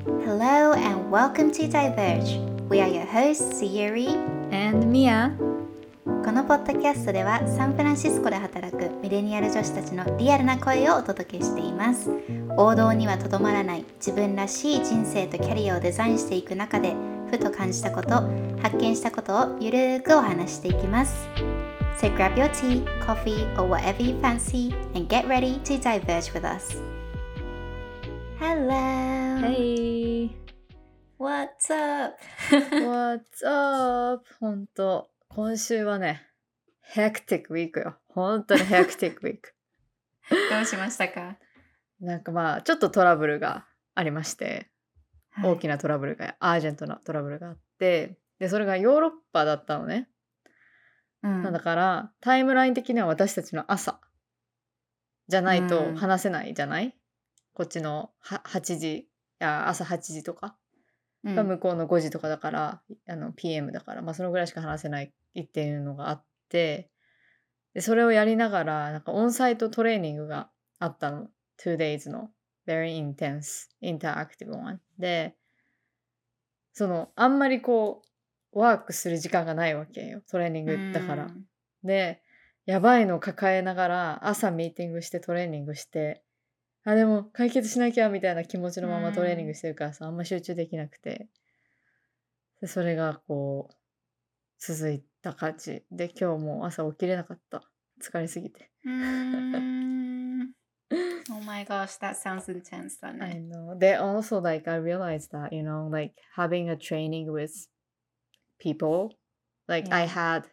Hello and welcome to Diverge. We are your hosts, Sayuri and Mia. このポッドキャストではサンフランシスコで働くミレニアル女子たちのリアルな声をお届けしています。王道にはとどまらない自分らしい人生とキャリアをデザインしていく中でふと感じたこと、発見したことをゆるーくお話していきます。So grab your tea, coffee or whatever you fancy and get ready to diverge with us.Hello. Hey. What's up? What's up? 本当今週はね、hectic week よ。本当に hectic week どうしましたか？ なんかまあ、ちょっとトラブルがありまして、 はい、 大きなトラブルが、アージェントなトラブルがあって、で、それがヨーロッパだったのね。だから、タイムライン的には私たちの朝じゃないと話せないじゃない、こっちの8時、朝8時とか。が向こうの5時とかだから、PM だから、まあそのぐらいしか話せないっていうのがあって、でそれをやりながら、なんかオンサイトトレーニングがあったの。2 days の very intense interactive one で、あんまりこう、ワークする時間がないわけよ。トレーニングだから。で、やばいのを抱えながら、朝ミーティングしてトレーニングして、でも解決しなきゃみたいな気持ちのままトレーニングしてるからさ、あんま集中できなくて。でそれがこう続いた感じで、今日も朝起きれなかった。疲れすぎて。 Oh my gosh, that sounds intense だね。 I know. They also like I realized that, like having a training with people, like I had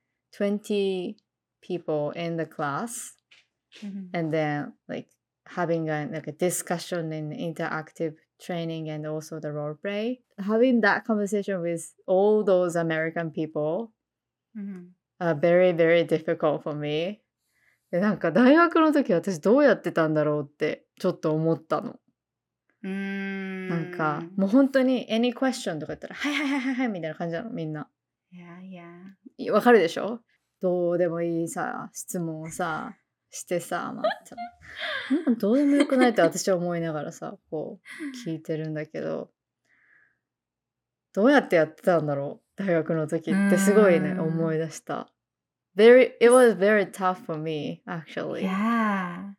20 people in the class, and then like having like a discussion in interactive training and also the role play. Having that conversation with all those American people are very, very difficult for me. でなんか大学の時私どうやってたんだろうってちょっと思ったの。なんかもう本当に any question とか言ったらはいはいはいはいはいみたいな感じなのみんな。わかるでしょ？どうでもいいさ質問をさしてさ、どうでもよくないって私は思いながらさこう聞いてるんだけど、どうやってやってたんだろう大学の時ってすごいね思い出した。It was very tough for me, actually. Yeah.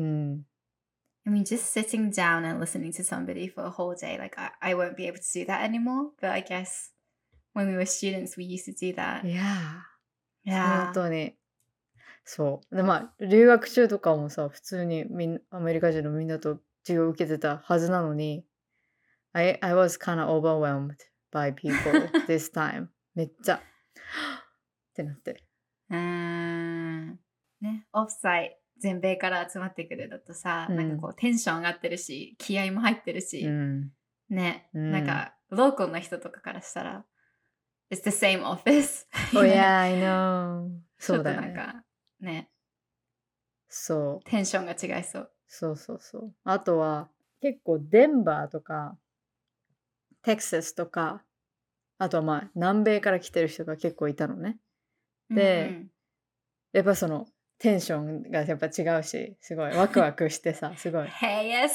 I mean, just sitting down and listening to somebody for a whole day, like I won't be able to do that anymore. But I guess when we were students, we used to do that. Yeah. 本当に。そう。で、留学中とかもさ、普通にアメリカ人のみんなと授業を受けてたはずなのに、I was kind of overwhelmed by people this time. めっちゃってなって。 ね、オフサイ全米から集まってくるだとさ、なんかこうテンション上がってるし、気合も入ってるし、ね、なんかローコルの人とかからしたら、It's the same office. Oh yeah, I know. そうだよね。 ちょっとなんかね、 そう。 テンションが違いそう。 そうそうそう。あとは結構デンバーとかテキサスとか、あとは南米から来てる人が結構いたのね。で、やっぱテンションがやっぱ違うし、すごいワクワクしてさ、すごい。 Hey, yes,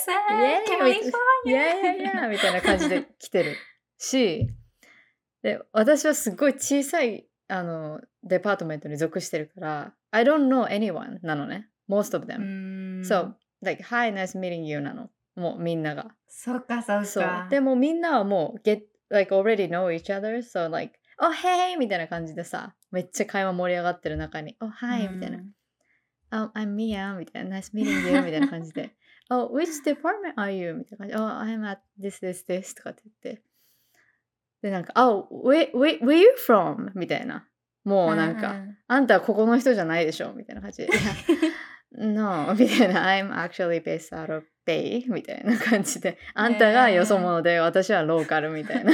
yeah みたいな感じで来てるし、で、私はすごい小さいデパートメントに属してるから、I don't know anyone なのね。Most of them. So, like, hi, nice meeting you なの。もうみんなが。 そうかそうか。 そう。でもみんなはもうlike already know each other. So like, oh hey みたいな感じでさ、めっちゃ会話盛り上がってる中に、oh hi みたいな。Oh, I'm Mia みたいな。Nice meeting you みたいな感じで。Oh, which department are you? みたいな感じで。Oh, I'm at this とかって言って。で、なんか、Oh, where you from? みたいな。もうなんか、あんたはここの人じゃないでしょみたいな感じで。No, みたいな。I'm actually based out of Bay みたいな感じで。あんたがよそ者で、私はローカルみたいな。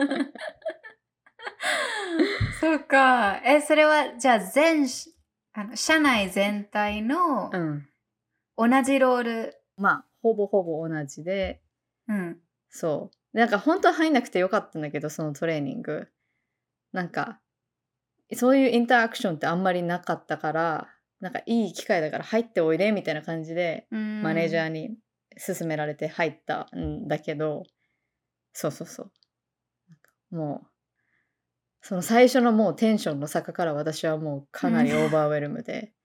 そうか。それは、じゃあ社内全体の同じロール。 ほぼほぼ同じで。そう。なんか本当は入んなくてよかったんだけど、そのトレーニング。なんか、そういうインタラクションってあんまりなかったから、なんかいい機会だから入っておいでみたいな感じで、マネージャーに勧められて入ったんだけど、 そうそうそう。もう、その最初のもうテンションの坂から私はもうかなりオーバーウェルムで、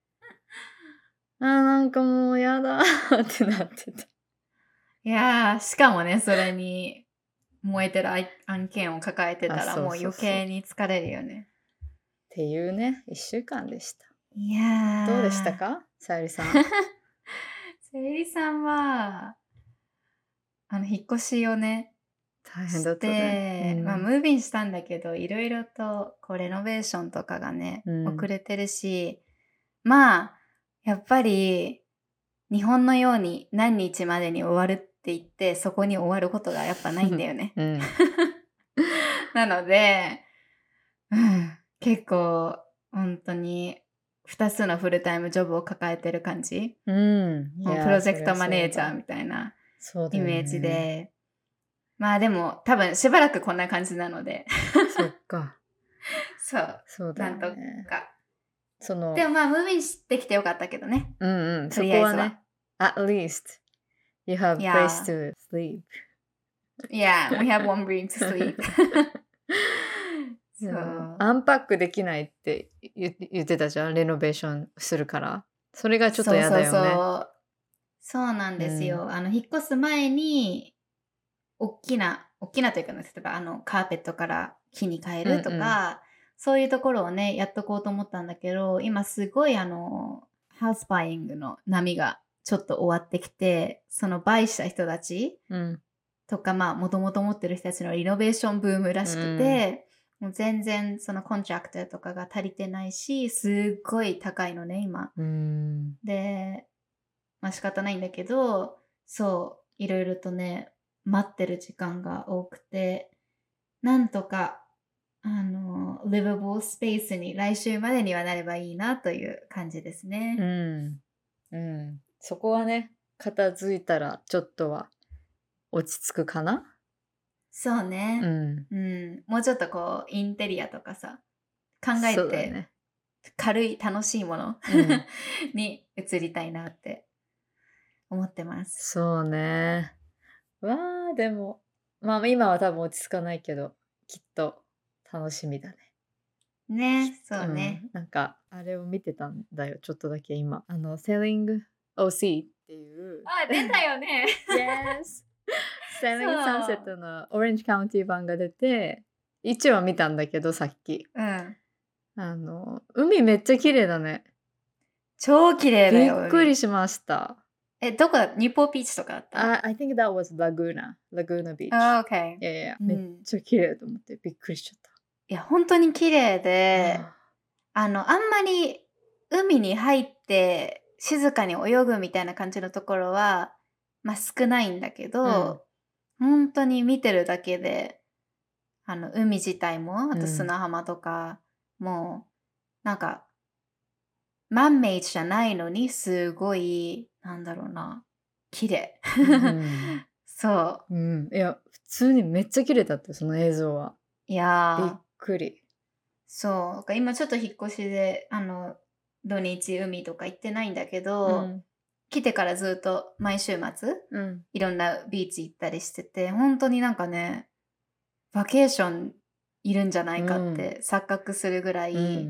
なんかもうやだってなってた。 いやー、しかもね、それに燃えてる案件を抱えてたらそうもう余そうそう。 計に疲れるよね。 っていうね、1週間でした。 いやどうでしたー。 かさゆりさん。 さゆりさんは、引っ越しをね、し大変だったね。 て、まあ、ムービンしたんだけど、いろいろと、こう、レノベーションとかがね、遅れてるし、まあ、やっぱり、日本のように何日までに終わるって言って、そこに終わることがやっぱないんだよね。なので、結構、本当に、2つのフルタイムジョブを抱えてる感じ。もうプロジェクトマネージャーみたいなイメージで。まあでも、多分しばらくこんな感じなので。 そっか。 そうだなんとね。 か。でもまあ、ムービーしてきてよかったけどね。 そこはね。At least, you have place to sleep. Yeah, we have one room to sleep. アンパックできないって言ってたじゃん、レノベーションするから。それがちょっと嫌だよね。 そうなんですよ。引っ越す前に、大きなというかね、例えばカーペットから木に変えるとか、そういうところをね、やっとこうと思ったんだけど、今すごいハウスバイイングの波がちょっと終わってきて、そのバイした人たちとか、まあ、もともと持ってる人たちのリノベーションブームらしくて、もう全然そのコントラクターとかが足りてないし、すっごい高いのね、今。で、まあ仕方ないんだけど、そう、いろいろとね、待ってる時間が多くて、なんとか、リバブルスペースに来週までにはなればいいなという感じですね。 そこはね、片付いたらちょっとは落ち着くかな。 そうね。もうちょっとこう、インテリアとかさ、考えて、軽い楽しいもの、に移りたいなって思ってます。 そうね。でも、まあ今は多分落ち着かないけど、きっと楽しみだね。 ね、そうね。 なんか、あれを見てたんだよ、ちょっとだけ今。Selling OC っていう。 出たよね。 Yes! Selling Sunset のオレンジカウンティ版が出て、1話見たんだけど、さっき。海めっちゃ綺麗だね。 超綺麗だよ。 びっくりしました。 どこだ？ニューポービーチとかだった？ I think that was Laguna Beach. Okay. いや、めっちゃ綺麗と思ってびっくりしちゃった。 いや、本当に綺麗で、あんまり海に入って静かに泳ぐみたいな感じのところは、まあ少ないんだけど、本当に見てるだけで、海自体も、あと砂浜とか、もう、なんか、マンメイドじゃないのに、すごい、なんだろうな、綺麗。そう。 いや、普通にめっちゃ綺麗だったよ、その映像は。 いやびっくり。 そう。今ちょっと引っ越しで、土日海とか行ってないんだけど、来てからずっと毎週末、いろんなビーチ行ったりしてて、本当になんかね、バケーションいるんじゃないかって錯覚するぐらい、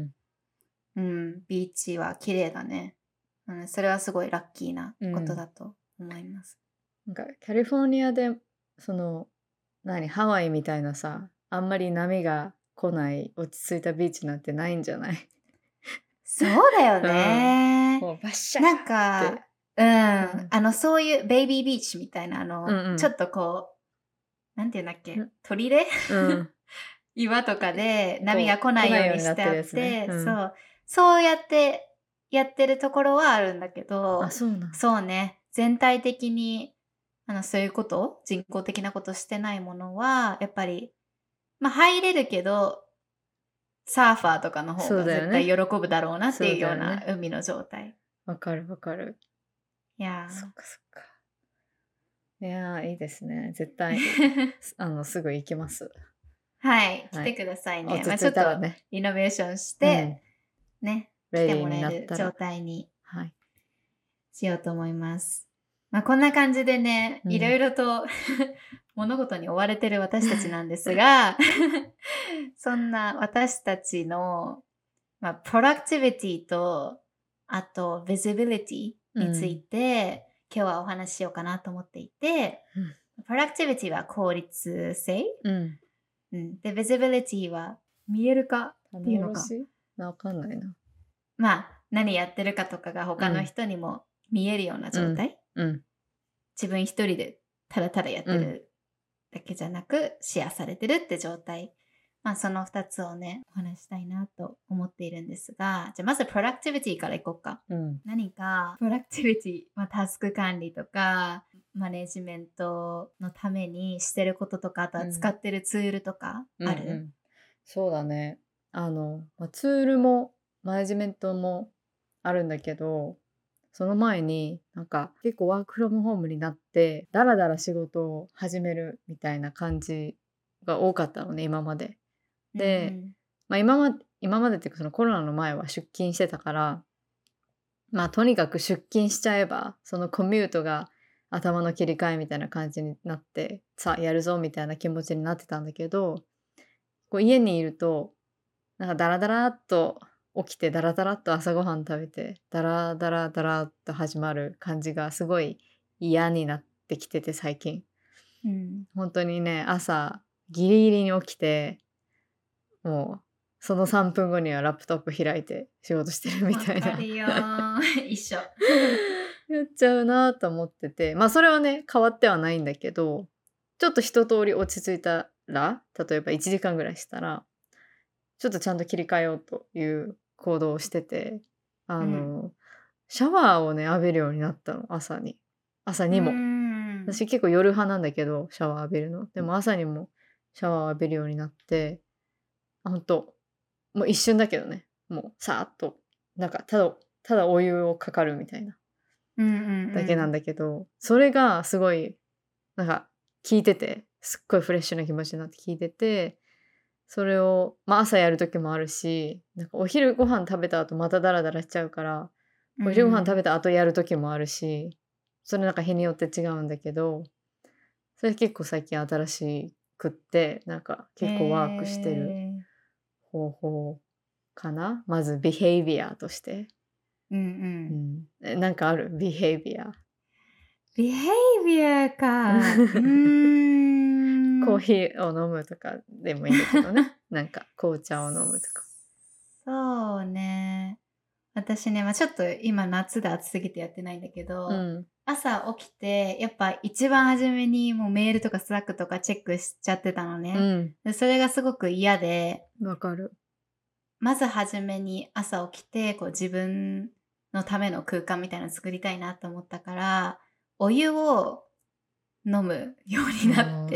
ビーチは綺麗だね。それはすごいラッキーなことだと思います。 なんかカリフォルニアでハワイみたいなさ、あんまり波が来ない落ち着いたビーチなんてないんじゃない？ そうだよね。 もうバッシャーなんか、そういうベイビービーチみたいな、ちょっとこう、なんていうんだっけ、砦岩とかで波が来ないようにしてあって、そうやってやってるところはあるんだけど、そうね、全体的に、そういうこと、人工的なことしてないものは、やっぱり、まあ入れるけど、サーファーとかの方が絶対喜ぶだろうなっていうような海の状態。 わかるわかる。 いやそっかそっか。いやいいですね。絶対すぐ行きます。 はい、来てくださいね。まあちょっとリノベーションして、ね、来てもらえる状態にしようと思います。まあこんな感じでね、いろいろと物事に追われてる私たちなんですがそんな私たちの、プロダクティビティとあと visibility うについん。 て、今日はお話ししようかなと思っていて、プロダクティビティは効率性、 うん。 で visibility は見える化っていうのか。 棚卸しわかんないな。 何やってるかとかが他の人にも見えるような状態、 うん。 自分一人でただただやってうん。 るだけじゃなく、シェアされてるって状態。その2つをね、お話ししたいなと思っているんですが、じゃあまずプロダクティビティからいこうか。 うん。 何かプロダクティビティ、タスク管理とか、マネジメントのためにしてることとか、あとは使ってるツールとかある？ そうだね。ツールもマネジメントもあるんだけど、その前になんか結構ワークフロムホームになってだらだら仕事を始めるみたいな感じが多かったのね、今まで。で、今までっていうかそのコロナの前は出勤してたから、とにかく出勤しちゃえばそのコミュートが頭の切り替えみたいな感じになって、さあやるぞみたいな気持ちになってたんだけど、こう家にいるとなんかダラダラっと起きてダラダラっと朝ごはん食べてダラダラダラっと始まる感じがすごい嫌になってきてて、最近。本当にね、朝ギリギリに起きて、もうその3分後にはラップトップ開いて仕事してるみたいな。 わかるよー一緒やっちゃうなと思ってて、それはね変わってはないんだけど、ちょっと一通り落ち着いたら、例えば1時間ぐらいしたらちょっとちゃんと切り替えようという行動をしてて、シャワーをね、浴びるようになったの、朝に。朝にも。私結構夜派なんだけど、シャワー浴びるの。でも朝にもシャワーを浴びるようになって、ほんと、もう一瞬だけどね、もうさーっと、なんかただお湯をかかるみたいなだけなんだけど、それがすごい、なんか効いてて、すっごいフレッシュな気持ちになって効いてて、それを、朝やる時もあるし、なんかお昼ご飯食べた後またダラダラしちゃうから、お昼ご飯食べた後やる時もあるし、それなんか日によって違うんだけど、それ結構最近新しくって、なんか結構ワークしてる方法かな。まずビヘイビアとして。なんかあるビヘイビア。 ビヘイビアか。 コーヒーを飲むとかでもいいんだけどね。なんか紅茶を飲むとか。 そうね。私ね、ちょっと今夏で暑すぎてやってないんだけど、朝起きて、やっぱ一番初めにもうメールとかスラックとかチェックしちゃってたのね。でそれがすごく嫌で、 わかる。 まず初めに朝起きて、こう自分のための空間みたいなの作りたいなと思ったから、お湯を飲むようになって。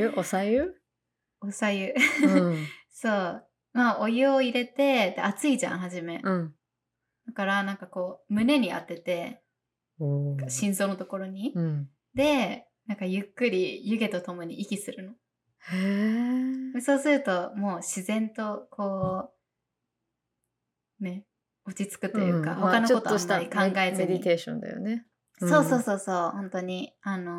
おさゆおさゆ。そう。お湯を入れて、で熱いじゃん、初め。だからなんかこう、胸に当てて、心臓のところに。で、なんかゆっくり湯気とともに息するの。そうするともう自然とこう、ね、落ち着くというか、他のことあんまり考えずに。 メディテーションだよね。 そう、本当に、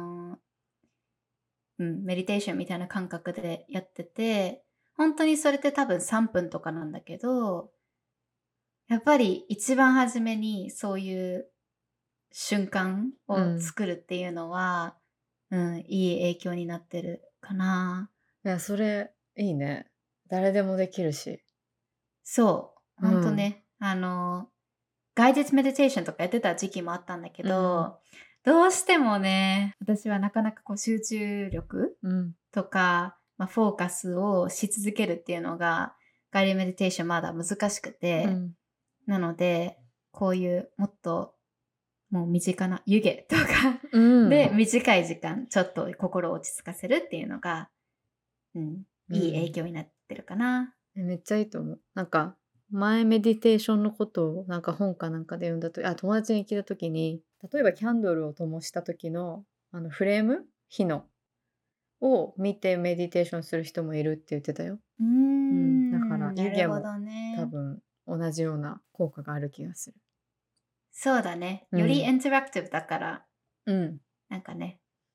メディテーションみたいな感覚でやってて、本当にそれって多分3分とかなんだけど、やっぱり一番初めにそういう瞬間を作るっていうのは、いい影響になってるかな。 いや、それいいね。誰でもできるし。 そう、ほんとね。ガイデッドメディテーションとかやってた時期もあったんだけど、どうしてもね、私はなかなかこう集中力とか、フォーカスをし続けるっていうのが、ガイデッドメディテーションまだ難しくて、なので、こういうもっともう身近な湯気とかで短い時間ちょっと心を落ち着かせるっていうのが、いい影響になってるかな。 めっちゃいいと思う。なんか前メディテーションのことをなんか本かなんかで読んだと、友達に聞いた時に、例えばキャンドルを灯した時のフレーム火のを見てメディテーションする人もいるって言ってたよ。だから湯気も多分同じような効果がある気がする。 そうだね。よりインタラクティブだから、なんかね、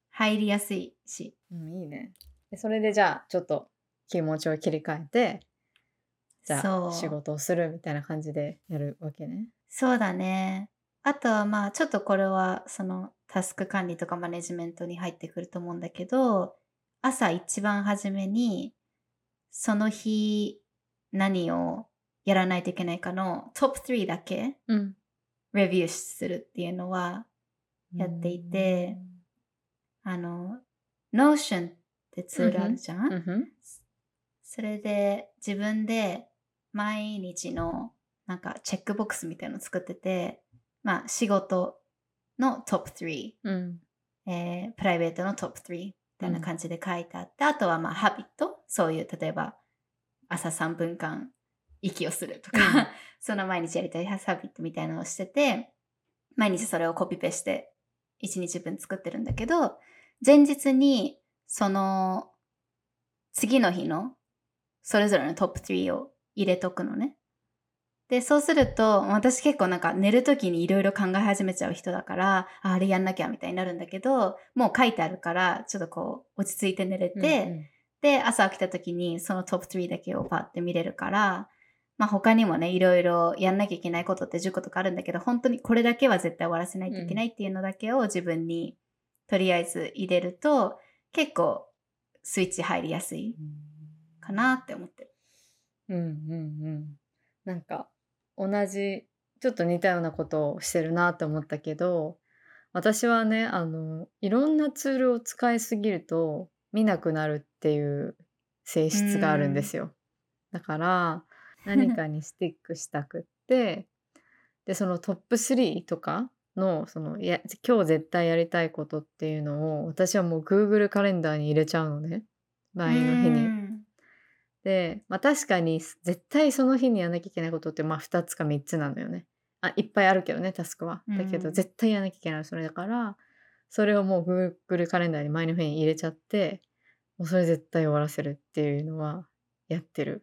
入りやすいし。 いいね。それでじゃあちょっと気持ちを切り替えて、じゃあ仕事をするみたいな感じでやるわけね。 そうだね。あとはまあちょっとこれはそのタスク管理とかマネジメントに入ってくると思うんだけど、朝一番初めにその日何をやらないといけないかのトップ3だけレビューするっていうのはやっていて、Notion ってツールあるじゃん、それで自分で毎日のなんかチェックボックスみたいなの作ってて、まあ仕事のトップ3、プライベートのトップ3みたいな感じで書いてあって、あとはまあハビット、そういう例えば朝3分間息をするとか、その毎日やりたいハビットみたいなのをしてて、毎日それをコピペして1日分作ってるんだけど、前日にその次の日のそれぞれのトップ3を入れとくのね。で、そうすると、私結構なんか寝るときにいろいろ考え始めちゃう人だから、あれやんなきゃみたいになるんだけど、もう書いてあるから、ちょっとこう落ち着いて寝れて、で、朝起きたときにそのトップ3だけをパッて見れるから、まあ他にもね、いろいろやんなきゃいけないことって10個とかあるんだけど、本当にこれだけは絶対終わらせないといけないっていうのだけを自分にとりあえず入れると、結構スイッチ入りやすいかなって思ってる。 なんか同じちょっと似たようなことをしてるなって思ったけど、私はねいろんなツールを使いすぎると見なくなるっていう性質があるんですよ。だから何かにスティックしたくってでそのトップ3とかの今日絶対やりたいことっていうのを私はもう Google カレンダーに入れちゃうのね、前の日に。で、確かに絶対その日にやらなきゃいけないことって2つか3つなのよね。いっぱいあるけどね、タスクは。だけど絶対やらなきゃいけないそれだから、それをもう Google カレンダーに前の日に入れちゃって、もうそれ絶対終わらせるっていうのはやってる。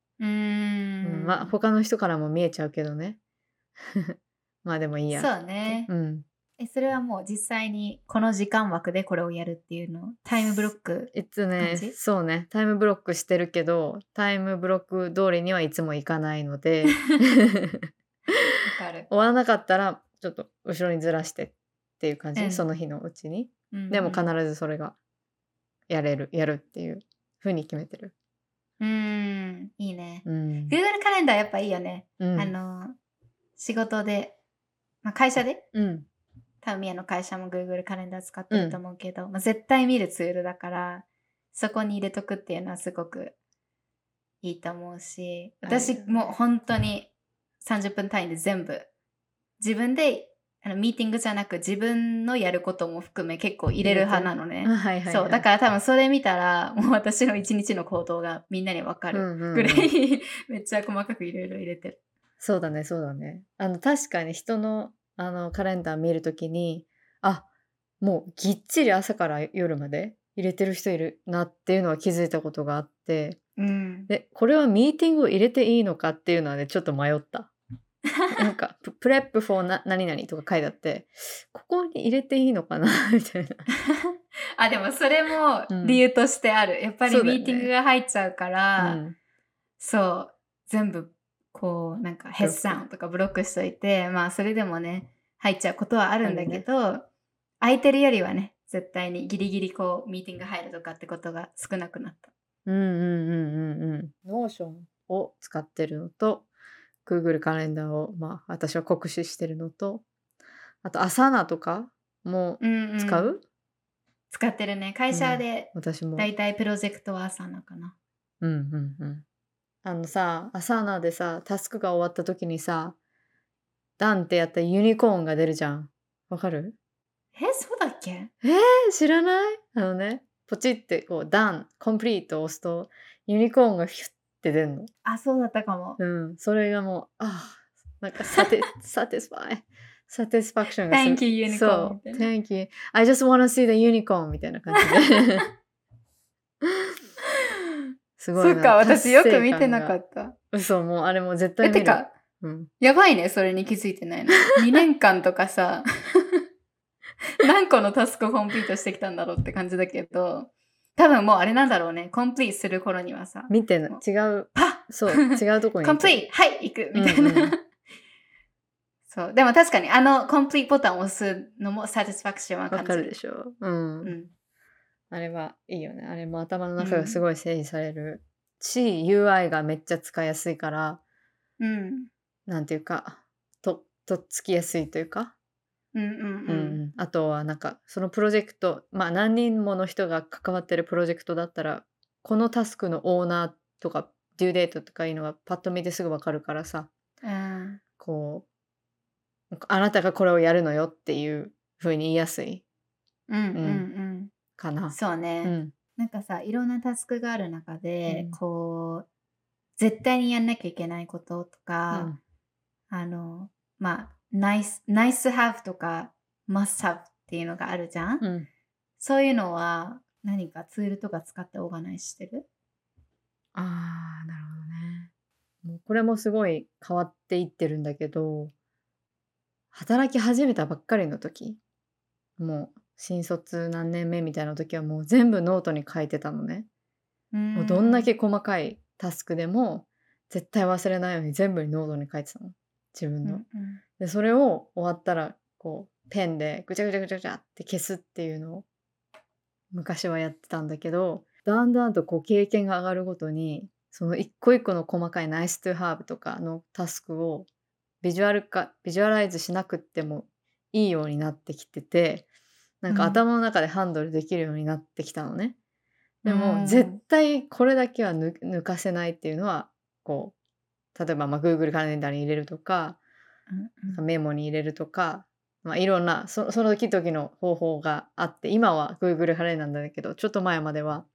他の人からも見えちゃうけどね。まあでもいいや。 そうね。それはもう実際にこの時間枠でこれをやるっていうのタイムブロックそうね、タイムブロックしてるけどタイムブロック通りにはいつもいかないので終わらなかったらちょっと後ろにずらしてっていう感じ、その日のうちに、でも必ずそれがやるっていう風に決めてる。 いいね。Google カレンダーやっぱいいよね。仕事で、会社で、多分宮の会社も Google カレンダー使ってると思うけど、絶対見るツールだからそこに入れとくっていうのはすごくいいと思うし、私もう本当に30分単位で全部自分でミーティングじゃなく自分のやることも含め結構入れる派なのね。そうだから多分それ見たらもう私の一日の行動がみんなに分かるぐらいめっちゃ細かくいろいろ入れてる。 そうだねそうだね。確かに人のカレンダー見るときにもうぎっちり朝から夜まで入れてる人いるなっていうのは気づいたことがあって、でこれはミーティングを入れていいのかっていうのはねちょっと迷った。なんかプレップフォー何々とか書いてあってここに入れていいのかなみたいな。 でもそれも理由としてある、やっぱりミーティングが入っちゃうからそう全部こうなんかヘッサンとかブロックしといて、それでもね入っちゃうことはあるんだけど、空いてるよりはね絶対にギリギリこうミーティング入るとかってことが少なくなった。 Notion を使ってるのと Google カレンダーを私は酷使してるのと、あとAsanaとかも使う？ 使ってるね。会社で私もだいたいプロジェクトはAsanaかな。 Asanaでさタスクが終わった時にさダンってやったらユニコーンが出るじゃん。わかる？ そうだっけ？ 知らない？ポチってこうダンコンプリートを押すとユニコーンがヒュッて出るの。 そうだったかも。 それがもうなんかサティスファクションがする。 Thank you unicorn そう Thank you I just wanna see the unicorn みたいな感じですごいな。 そっか、私よく見てなかった。 嘘、もうあれもう絶対見る。 てか、やばいね、それに気づいてないの。2年間とかさ何個のタスクをコンプリートしてきたんだろうって感じだけど、多分もうあれなんだろうね。コンプリートする頃にはさ、 見てもう違う、 パッそう、違うとこにコ行ってる。 ンプリートはい行くみたいな。 うんうんそう。でも確かにコンプリートボタンを押すのもサティスファクションはわか感じる。 るでしょ。うん。 うん。 あれはいいよね。あれも頭の中がすうん。 ごい整理されるし、UI がめっちゃ使いやすいから、 うん。 なんていうか、とっつきやすいというか、 うんうんううん。 ん、あとはなんかそのプロジェクト、まあ何人もの人が関わってるプロジェクトだったら、このタスクのオーナーとかデューデートとかいうのがパッと見てすぐわかるからさ、 うんこう、あなたがこれをやるのよっていう風に言いやすい、 うんうんうん、 うん。 かな。 そうね。 うん。 なんかさ、いろんなタスクがある中うで、 ん。 こう、絶対にやんなきゃいけないこととうか、 ん。 まあ、nice have とか must have っていうのがあるじゃん。 うん。 そういうのは何かツールとか使ってオーガナイズしてる？ ああ、なるほどね。もうこれもすごい変わっていってるんだけど、働き始めたばっかりの時、もう新卒何年目みたいな時はもう全部ノートに書いてたのね。 うーもうどんだん。 け細かいタスクでも絶対忘れないように全部にノートに書いてたの。自分の。 うんうん。 で、それを終わったらこうペンでぐちゃぐちゃぐちゃぐちゃって消すっていうのを昔はやってたんだけど、だんだんとこう経験が上がるごとに、その一個一個の細かいナイストゥハーブとかのタスクをビジュアライズしなくってもいいようになってきてて、なんかうん。 頭の中でハンドルできるようになってきたのね。 うでも絶ん。 対これだけは抜かせないっていうのは、こう、例えばGoogle カレンダーに入れるとか、 うんうん。 メモに入れるとか、いろんなその時々の方法があって、今は Google カレンダーなんだけど、ちょっと前までは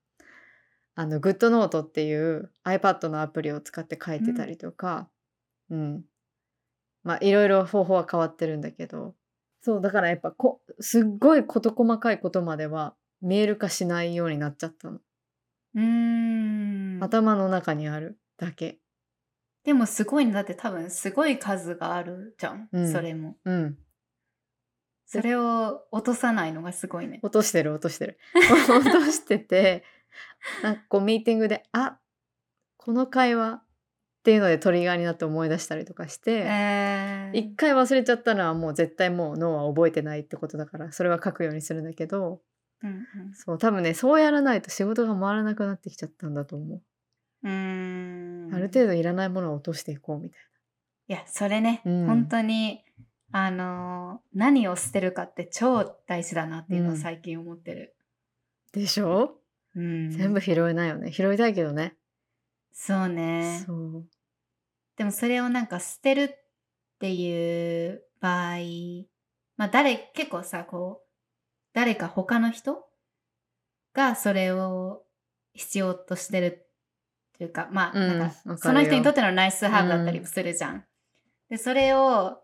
GoodNote っていう iPad のアプリを使って書いてたりとか、うん。いろいろ方法は変わってるんだけど、そう、だからやっぱすっごい事細かいことまでは見える化しないようになっちゃったの。 うーん。 頭の中にあるだけ。 でもすごいね。だって多分すごい数があるじゃん。 うん。 それも。 うん。 それを落とさないのがすごいね。 落としてる。落としてて、なんかこうミーティングで、この会話っていうのでトリガーになって思い出したりとかして、一回忘れちゃったのはもう絶対もう脳は覚えてないってことだから、それは書くようにするんだけど、 うんうん。 そう、多分ね、そうやらないと仕事が回らなくなってきちゃったんだと思う。 うーあるん。 程度いらないものを落としていこうみたいいや、それね、 な。う本ん。 当に、何を捨てるかって超大事だなっていうのをうん。 最近思ってる。 でしょ？ う全部ん。 拾えないよね。拾いたいけどね。 そうね。 そう。 でもそれをなんか捨てるっていう場合、結構さ、誰か他の人がそれを必要としてるっていうか、 うん、わそかるよ。 の人にとってのナイスハーブだったりもするじゃん。で、それを、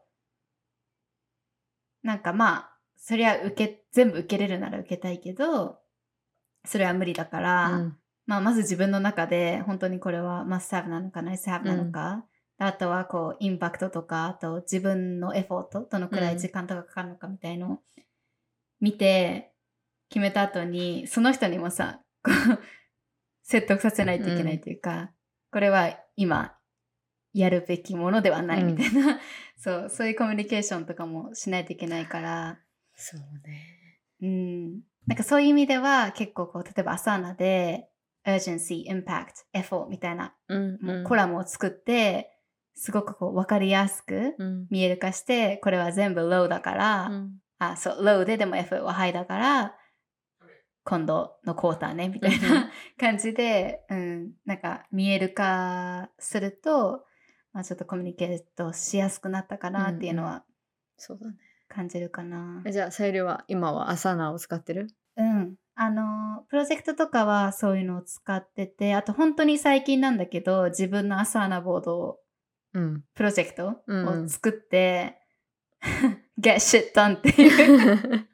それは全部受けれるなら受けたいけど、それは無理だかうら、 ん。 まず自分の中で本当にこれはマスターブなのかナイスハーブなのか、あとはインパクトとか、あと自分のエフォート、どのくらい時間とかかかるのかみたいのを見て決めた後に、その人にもさ、説得させないといけないというか、これは今やるべきものではないみたいな、そういうコミュニケーションとかもしないといけないから、 そうね。 なんかそういう意味では結構例えばアサーナで urgency, impact, effort みたいな、もうコラムを作って、すごく分かりやすく見える化して、これは全部 low だから、low でも effort は high だから、今度のクォーターねみたいな感じで、なんか見える化すると、ちょっとコミュニケートしやすくなったかなっていうのはそうだね。 感じるかな。 じゃあ、さゆりは今はアサナを使ってる？ プロジェクトとかはそういうのを使ってて、あと本当に最近なんだけど、自分のアサーナボードを、プロジェクトを作って、get shit done っていう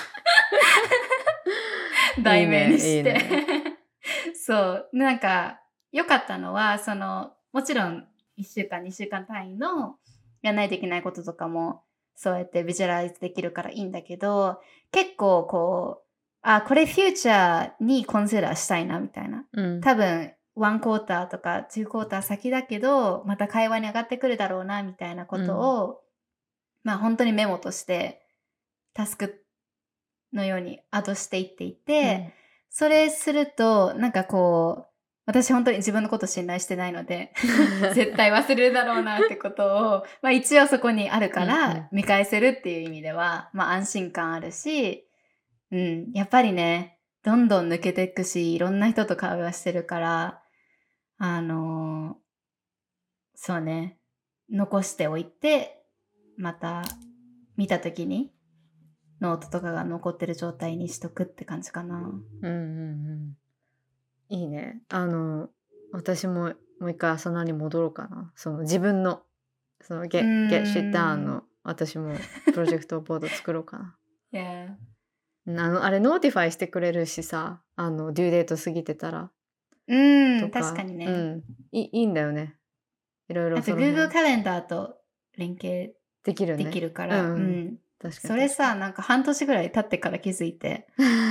題名にして。そう。なんか、良かったのは、もちろん1週間、2週間単位のやらないといけないこととかもそうやってビジュアライズできるからいいんだけど、結構こう、あ、これフューチャーにコンシダーしたいなみたいな。 うん。 多分、1クォーターとか2クォーター先だけど、また会話に上がってくるだろうなみたいなことを、まあ本当にメモとしてタスクのようにアドしていっていて、それすると、なんかこう、私本当に自分のこと信頼してないので、絶対忘れるだろうなってことを、まあ一応そこにあるかうんうんら見返せるっていう意味では、まあ安心感あるし、うん、やっぱりね、どんどん抜けていくし、いろんな人と会話してるから、あの、そうね、残しておいて、また見た時にノートとかが残ってる状態にしとくって感じかな。 うんうんうんいいね。私ももう一回朝菜に戻ろうかな。その自分の、そのう get shit ー down ん。 の、私もプロジェクトボード作ろうかな。 Yeah. あれノーティファイしてくれるしさ、デューデート過ぎてたらと確かか、 にね。 いいんだよね。いろいろあとその Google 辺カレンダーと連携できできるね。 るから、 うんうん。確かに確かそれさ、なんか半年ぐらい経ってから気づいて、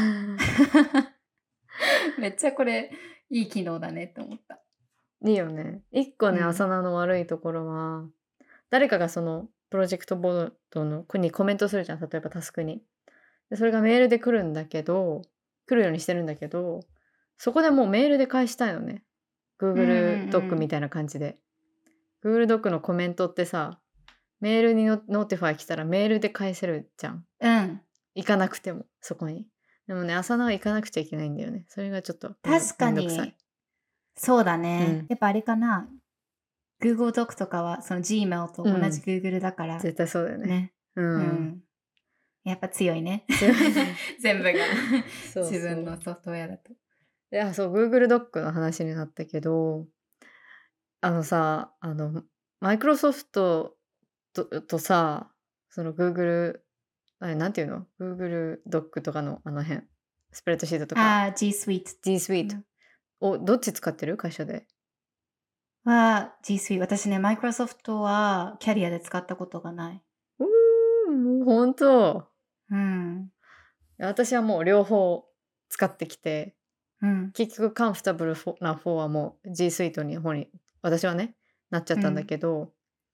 めっちゃこれいい機能だねって思った。 に。いいよね。一個ね、 うん。 朝菜の悪いところは、誰かがそのプロジェクトボードのにコメントするじゃん。例えばタスクに。で、それがメールで来るんだけど、来るようにしてるんだけど、そこでもうメールで返したいのね。 うんう Google んドックみたいな感じで。Google ドックのコメントってさ、メールにノーティファイ来たらメールで返せるじゃん。 うん。うん。 行かなくても、そこに。でもね、朝菜は行かなくちゃいけないんだよね。それがちょっと確かめんどくさい。 に、そうだね。 うん。 やっぱあれかな。Google ドックとかはその Gmail と同じ Google だから、 絶対そうだよね。 ね。 う。 うんん。やっぱ強いね。 強いね。 全部がそう自分そう。 のソフトウェアだと。 そう、Google ドックの話になったけど、さ、マイクロソフトとさ、その Google、あれ、なんていうの ?Google ドックとかのあの辺、スプレッドシートとか、 ああ、G Suite G Suite をどっち使ってる会社で。 は G Suite。私ね、マイクロソフトはキャリアで使ったことがない。 もう本当。 うん。 私はもう両方使ってきて、 うん。 結局カンフタブルな方はもう G Suite に私はね、なっちゃったんだけど、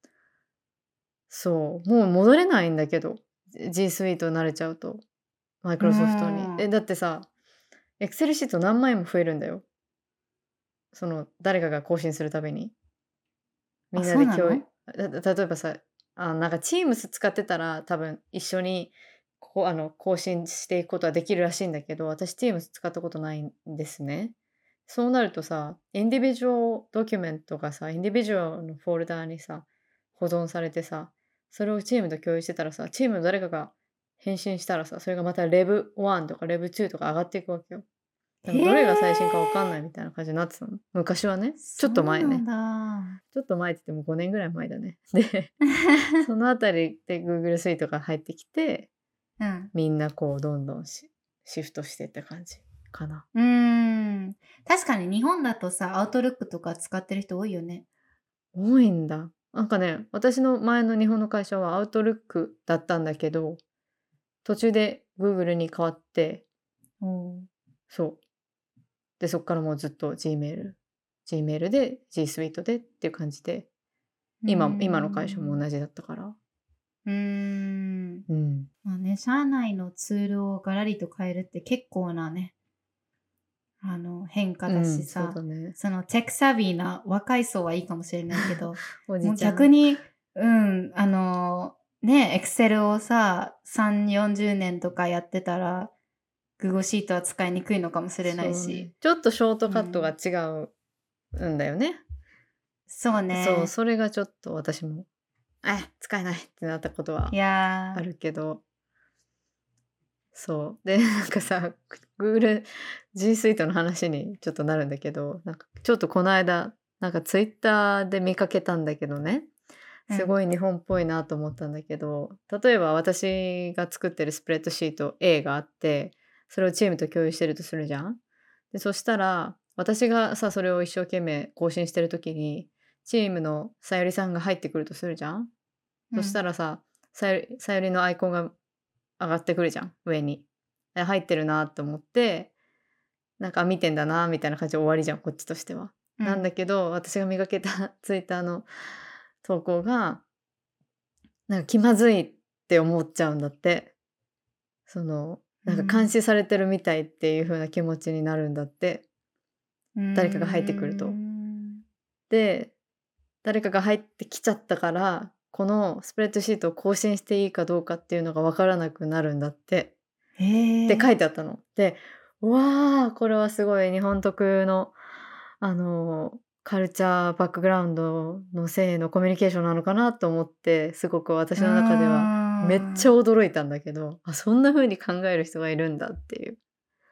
そう、もう戻れないんだけど、G Suite 慣れちゃうと、マイクうロソフトに。 ん。 だってさ、Excel シート何枚も増えるんだよ。その、誰かが更新するたびに。みあ、 んなで共有、 そうなの？ 例えばさ、なんか Teams 使ってたら多分一緒に更新していくことはできるらしいんだけど、私 Teams 使ったことないんですね。そうなるとさ、インディビジュアルドキュメントがさ、インディビジュアルのフォルダーにさ、保存されてさ、それをチームと共有してたらさ、チームの誰かが返信したらさ、それがまたレブ1とかレブ2とか上がっていくわけよ。でもへどれが最新かわかんないえ。 みたいな感じになってたの。昔はね。ちょっとそうなん前ね。 だ。 ちょっと前って言っても5年ぐらい前だね。で、そのあたりで Google Suite が入ってきて、 うん。 みんなこうどんどんシフトしていった感じかな。 確かに日本だとさ、アウトルックとか使ってる人多いよね。 多いんだ。なんかね、私の前の日本の会社は Outlook だったんだけど、途中で Google に変わって、そう。で、そっからもうずっと Gmail で G Suite でっていう感じで、 うー今の会社もん。 同じだったから。 うーん。 うん。 まあね、社内のツールをガラリと変えるって結構なね、変化だしそうさ、 だね。 そのテックサビーな若い層はいいかもしれないけど、 おもうじちゃん。 逆に、ね、エクセルをさ、3、40年とかやってたら、Google シートは使いにくいのかもしれないそうね。 し。 ちょっとショートうカットがん。 違うんだよね。 そうそう、 ね。 それがちょっと私も、使えないってなったことはいやー、 あるけど、そう。で、なんかさ、Google G Suite の話にちょっとなるんだけど、なんかちょっとこの間、なんか Twitter で見かけたんだけどね、すごい日本っぽいなと思ったんだけど、例えば私が作ってるスプレッドシート A があって、それをチームと共有してるとするじゃん。で、そしたら、私がさ、それを一生懸命更新してる時に、チームのさゆりさんが入ってくるとするじゃん。そしたらさ、 さゆりのアイコンが上がってくるじゃん、上に。入ってるなと思って、なんか見てんだなみたいな感じで終わりじゃん、こっちとしては。なんだけど、私が見かけたツイッターの投稿が、なんか気まずいって思っちゃうんだって。なんか監視されてるみたいっていう風な気持ちになるんだって。誰かが入ってくると。で、誰かが入ってきちゃったから、このスプレッドシートを更新していいかどうかっていうのが分からなくなるんだって。って書いてあったの。で、わあ、これはすごい日本特の、カルチャーバックグラウンドの性のコミュニケーションなのかなと思って、すごく私の中ではめっちゃ驚いたんだけど、そんな風に考える人がいるんだっていう。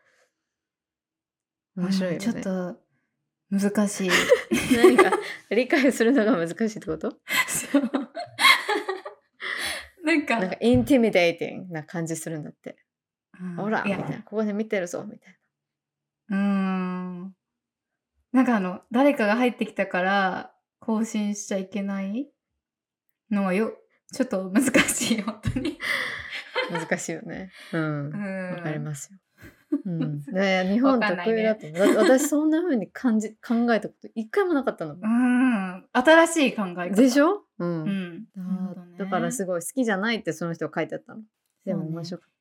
面白いよね。 ちょっと難しい。 何か理解するのが難しいってこと？ そうなんかインティミデーティングな感じするんだって。ほらいやみたいな。ここで見てるぞみたいなんか誰かが入ってきたから更新しちゃいけないのはちょっと難しい、本当に。 な。難しいよね。わかりますよ。日わ本かんない特有だね。 と思う。私そんな風に考えたこと一回もなかったの。 新しい考え方。 でしょ？ なるほどね。 だからすごい好きじゃないってその人が書いてあったの。でも面白かった。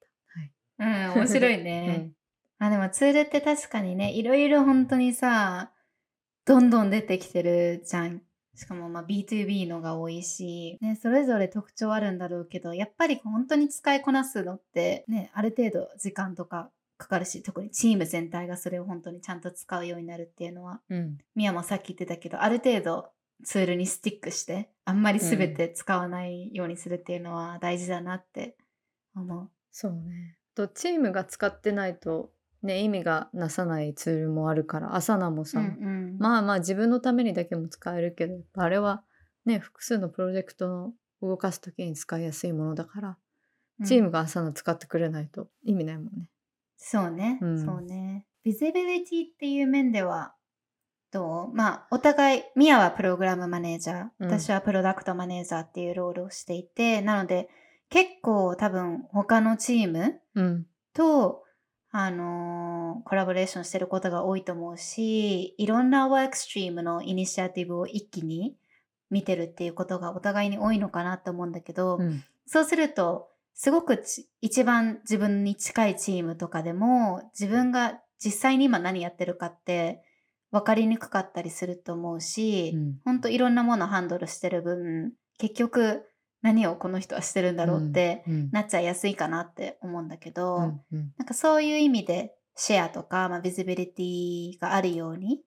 はい。 面白いね。でもツールって確かにね、いろいろ本当にさ、どんどん出てきてるじゃん。しかもB2B のが多いし、ね、それぞれ特徴あるんだろうけど、やっぱり本当に使いこなすのってね、ある程度時間とかかかるし、特にチーム全体がそれを本当にちゃんと使うようになるっていうのは、ミヤもさっき言ってたけど、ある程度ツールにスティックして、あんまり全て使わないようにするっていうのは大事だなって思う。 そうね。チームが使ってないとね、意味がなさないツールもあるから、アサナもさ、まあ自分のためにだけも使えるけど、あれはね、複数のプロジェクトの動かすときに使いやすいものだから、チームがアサナ使ってくれないと意味ないもんね。 そうね、そうね。ビジビリティっていう面ではどう？お互い、ミヤはプログラムマネージャー、私はプロダクトマネージャーっていうロールをしていて、なので結構多分他のチームと、コラボレーションしてることが多いと思うし、いろんなワークストリームのイニシアティブを一気に見てるっていうことがお互いに多いのかなと思うんだけど、そうするとすごく一番自分に近いチームとかでも自分が実際に今何やってるかって分かりにくかったりすると思うし、ほんといろんなものハンドルしてる分、結局何をこの人はしてるんだろうってなっちゃいやすいかなって思うんだけど、なんかそういう意味でシェアとか、ビジビリティがあるように、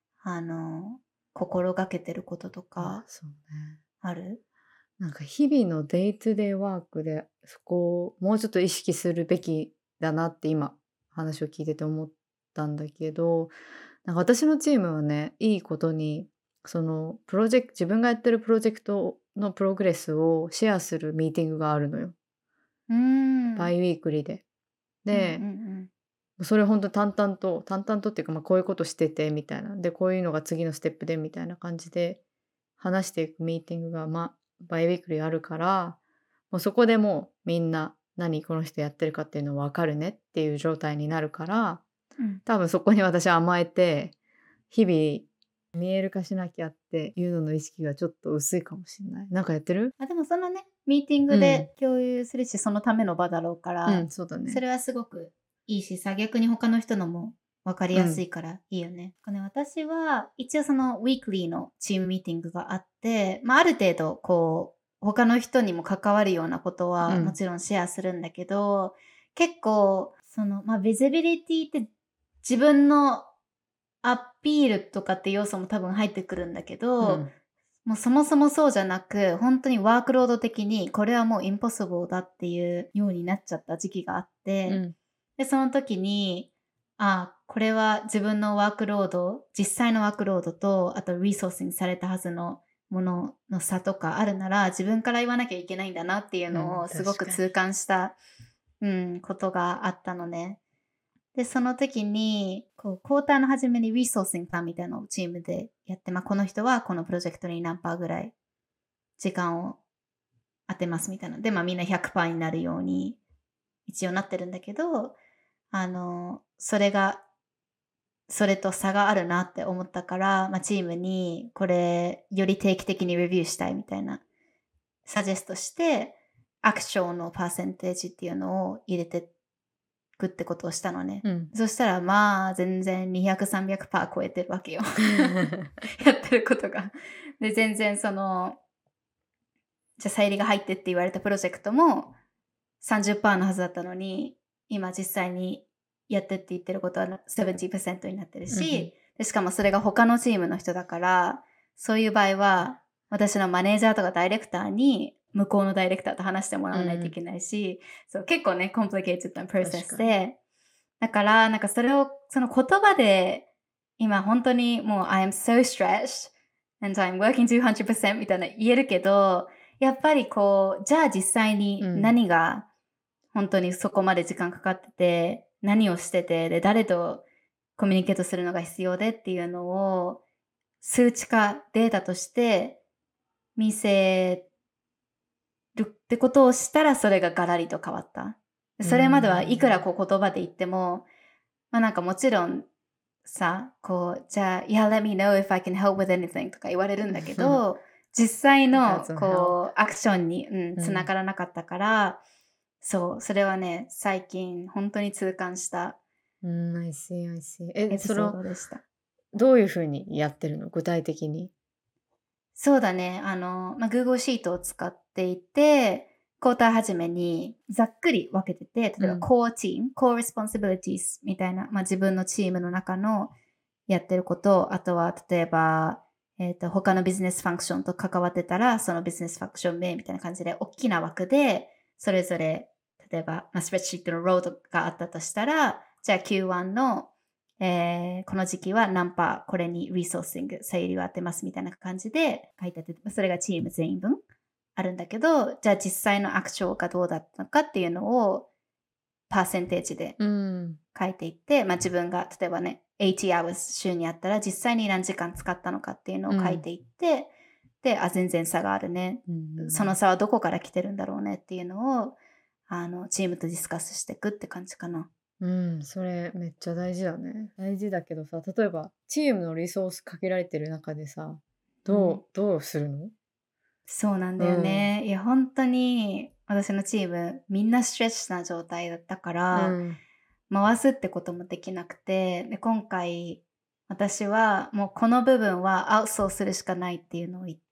心がけてることとかそうね。 ある？ なんか日々のデイトゥデイワークでそこをもうちょっと意識するべきだなって今話を聞いてて思ったんだけど、なんか私のチームはね、いいことに自分がやってるプロジェクトのプログレスをシェアするミーティングがあるのよ。バイウィークリーで。で、それほんと淡々とっていうか、こういうことしててみたいな。で、こういうのが次のステップでみたいな感じで話していくミーティングが、バイウィークリーあるから、もうそこでもうみんな何この人やってるかっていうの分かるねっていう状態になるから、多分そこに私甘えて、日々見える化しなきゃっていうのの意識がちょっと薄いかもしれない。なんかやってる？ でもそのね、ミーティングで共有するし、そのための場だろうから、 そうだね。 それはすごくいいしさ、逆に他の人のも分かりやすいからいいよね。私は一応そのウィークリーのチームミーティングがあって、ある程度他の人にも関わるようなことはもちろんシェアするんだけど、結構ビジビリティって自分のアピールとかって要素も多分入ってくるんだけど、もうそもそもそうじゃなく、本当にワークロード的にこれはもうインポッシブルだっていうようになっちゃった時期があって、で、その時に、これは自分のワークロード、実際のワークロードと、あとリソースにされたはずのものの差とかあるなら、自分から言わなきゃいけないんだなっていうのをすごく痛感した、ことがあったのね。で、その時に、クォーターの初めにリソーシングパンみたいなのをチームでやって、この人はこのプロジェクトに何パーぐらい時間を当てますみたいな。で、みんな100%になるように一応なってるんだけど、それと差があるなって思ったから、チームにこれより定期的にレビューしたいみたいなサジェストして、アクションのパーセンテージっていうのを入れてくってことをしたのね。 うん。 そしたら全然200、300%超えてるわけよ。やってることが。で、全然じゃあさゆりが入ってって言われたプロジェクトも30%のはずだったのに、今実際にやってって言ってることは70%になってるし、でしかもそれが他のチームの人だから、そういう場合は、私のマネージャーとかダイレクターに、向こうのダイレクターと話してもらわないといけないし、そう結構ね、コンプリケートなプロセス確かに。 で、だから、なんかそれを、その言葉で、今本当にもう I am so stressed and I'm working 200% みたいな言えるけど、やっぱりじゃあ実際に何が本当にそこまで時間かかってて、何をしてて、で、誰とコミュニケートするのが必要でっていうのを、数値化、データとして見せるってことをしたら、それがガラリと変わった。それまではいくら言葉で言っても、なんかもちろんさ、じゃあ、Yeah, let me know if I can help with anything とか言われるんだけど、実際の Doesn't help. アクションに、繋がらなかったから、そう、それはね、最近本当に痛感した I see, I see. エピソードでした。 どういう風にやってるの？具体的に。 そうだね。Google シートを使っていて、クォーター始めにざっくり分けてて、例えば Core Team、Core Responsibilities みたいな、自分のチームの中のやってること、あとは例えば、他のビジネスファンクションと関わってたら、そのビジネスファンクション名みたいな感じで、大きな枠で、それぞれ、例えば、スプレッドシートのロードがあったとしたら、じゃあ Q1 のこの時期は何パーこれにリソーシング、さゆりを当てますみたいな感じで書いてあって、それがチーム全員分あるんだけど、じゃあ実際のアクションがどうだったのかっていうのをパーセンテージで書いていって、自分が例えばね、80 hours 週にあったら実際に何時間使ったのかっていうのを書いていって、で、全然差があるね。その差はどこから来てるんだろうねっていうのを、チームとディスカスしていくって感じかな。 それめっちゃ大事だね。大事だけどさ、例えばチームのリソースかけられてる中でさ、どうするの？ そうなんだよね。いや、本当に私のチーム、みんなストレスな状態だったから、回すってこともできなくて、で、今回、私はもうこの部分はアウトソースするしかないっていうのを言って、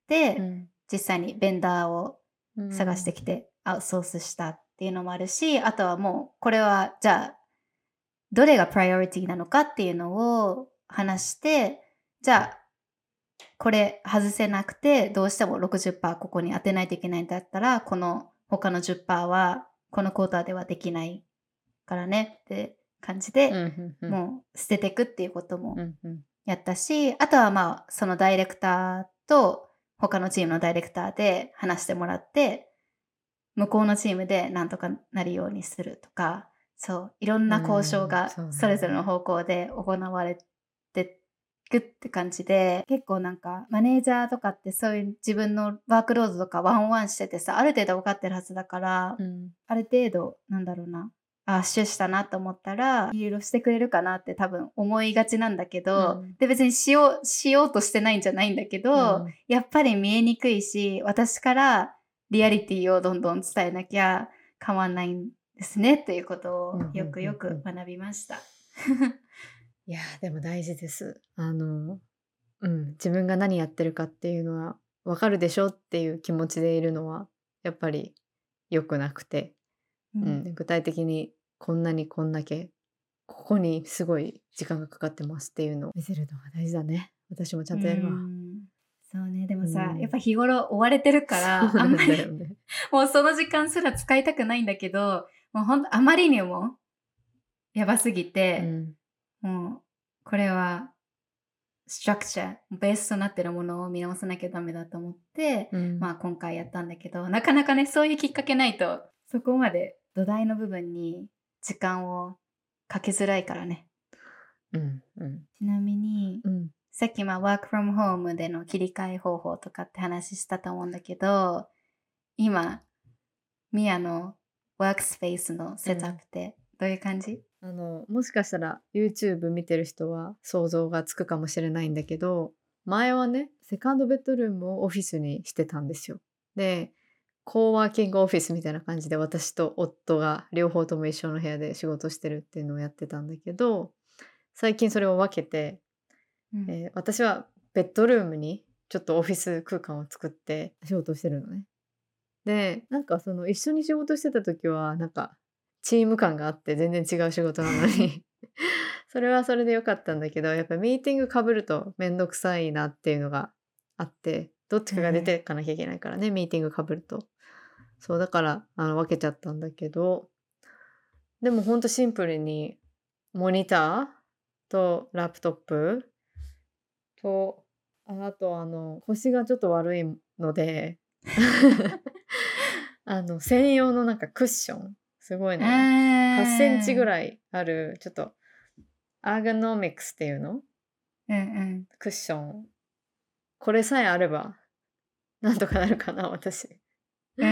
実際にベンダーを探してきてアウトソースしたっていうのもあるし、あとはもうこれはじゃあどれがプライオリティなのかっていうのを話して、じゃあこれ外せなくて、どうしても60%ここに当てないといけないんだったら、この他の10%はこのクォーターではできないからねって感じで、もう捨てていくっていうこともやったし、あとはそのダイレクターと他のチームのダイレクターで話してもらって、向こうのチームでなんとかなるようにするとか、そう、いろんな交渉がそれぞれの方向で行われてくって感じで、結構なんかマネージャーとかってそういう自分のワークロードとかワンオンワンしててさ、ある程度分かってるはずだから、ある程度なんだろうな、シュッしたなと思ったら、いろいろしてくれるかなって多分思いがちなんだけど、で別にしようとしてないんじゃないんだけど、やっぱり見えにくいし、私からリアリティをどんどん伝えなきゃ変わんないんですねっていうことをよくよく学びました。 いやでも大事です。自分が何やってるかっていうのは分かるでしょっていう気持ちでいるのはやっぱり良くなくて、具体的にこんだけここにすごい時間がかかってますっていうのを見せるのが大事だね。私もちゃんとやるわ。 そうね、でもさ、やっぱ日頃追われてるから、あんまり、もうその時間すら使いたくないんだけど、もうほんとあまりにもやばすぎて、もうこれはストラクチャー、ベースとなってるものを見直さなきゃダメだと思って、今回やったんだけど、なかなかね、そういうきっかけないと、そこまで土台の部分に時間をかけづらいからね。ちなみに、さっきワークフロムホームでの切り替え方法とかって話したと思うんだけど、 今ミヤのワークスペースのセットアップってどういう感じ？ もしかしたら YouTube 見てる人は想像がつくかもしれないんだけど、前はね、セカンドベッドルームをオフィスにしてたんですよ。で、コーワーキングオフィスみたいな感じで私と夫が両方とも一緒の部屋で仕事してるっていうのをやってたんだけど、最近それを分けて、私はベッドルームにちょっとオフィス空間を作って仕事してるのね。で、なんかその一緒に仕事してた時はなんかチーム感があって全然違う仕事なのにそれはそれで良かったんだけど、やっぱミーティング被るとめんどくさいなっていうのがあって、どっちかが出てかなきゃいけないからね、ミーティング被ると。そう、だから、分けちゃったんだけど、でもほんとシンプルにモニターとラップトップと、あと腰がちょっと悪いので専用のなんかクッション、すごいね、8センチぐらいある、ちょっとアーガノミクスっていうのクッション。これさえあれば、なんとかなるかな、私。うん。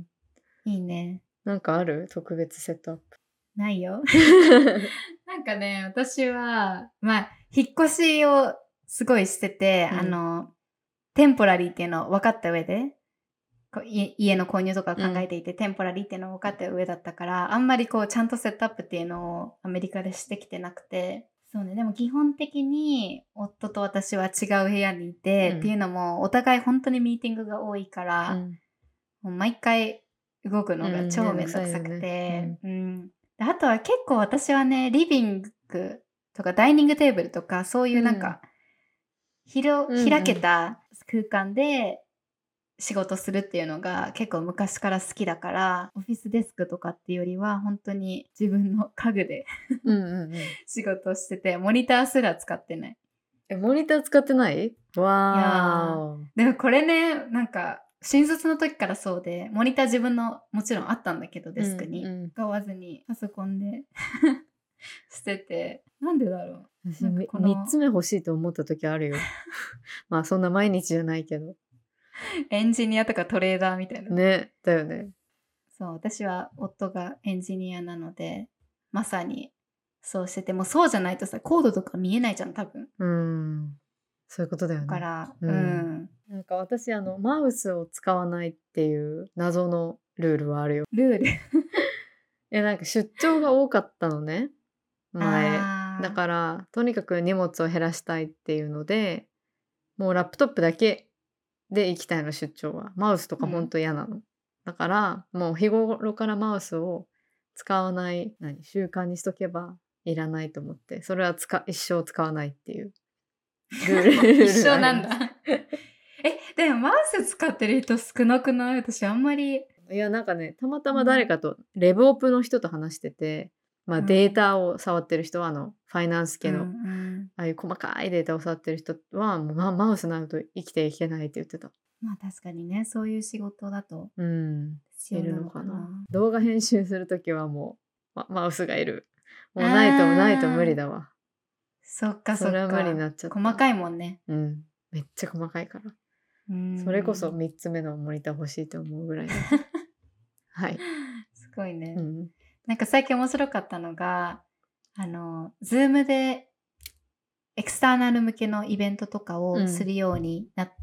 いいね。 なんかある？特別セットアップ。 ないよ。なんかね、私は、引っ越しをすごいしてて、テンポラリーっていうのを分かった上で、家の購入とかを考えていて、テンポラリーっていうのを分かった上だったから、あんまりこう、ちゃんとセットアップっていうのをアメリカでしてきてなくて、そうね、でも基本的に夫と私は違う部屋にいて、っていうのも、お互い本当にミーティングが多いから、もう毎回動くのが超めんどくさくて、あとは結構私はね、リビングとかダイニングテーブルとか、そういうなんか、開けた空間で仕事するっていうのが結構昔から好きだから、オフィスデスクとかっていうよりは本当に自分の家具で仕事してて、モニターすら使ってない。 モニター使ってない？わー。 でもこれね、なんか新卒の時からそうで、モニター自分のもちろんあったんだけど、デスクに使わずにパソコンでしてて、なんでだろう。 私3つ目欲しいと思った時あるよ。まあそんな毎日じゃないけど。 エンジニアとかトレーダーみたいな。 ね、だよね。 そう、私は夫がエンジニアなので、まさにそうしてて、もうそうじゃないとさ、コードとか見えないじゃん、多分。 そういうことだよね。 だから、 なんか私マウスを使わないっていう謎のルールはあるよ。 ルールなんか出張が多かったのね、前。だからとにかく荷物を減らしたいっていうので、もうラップトップだけで行きたいの、出張は。マウスとかほんと嫌なの。だからもう日頃からマウスを使わない、習慣にしとけばいらないと思って、それは一生使わないっていうルール一緒なんだ。でもマウス使ってる人少なくない？私あんまり。 いや、なんかね、たまたま誰かと、レブオプの人と話してて、データを触ってる人はファイナンス系の、ああいう細かいデータを触ってる人は、もうマウスないと生きていけないって言ってた。 まあ確かにね、そういう仕事だといるのかな。動画編集するときはもう、マウスがいる。もうないと無理だわ。 そっかそっか。 それは無理になっちゃった。 細かいもんね。 めっちゃ細かいから。それこそ3つ目のモニター欲しいと思うぐらいだ。はい。 すごいね。なんか最近面白かったのが、Zoom でエクスターナル向けのイベントとかをするようになって、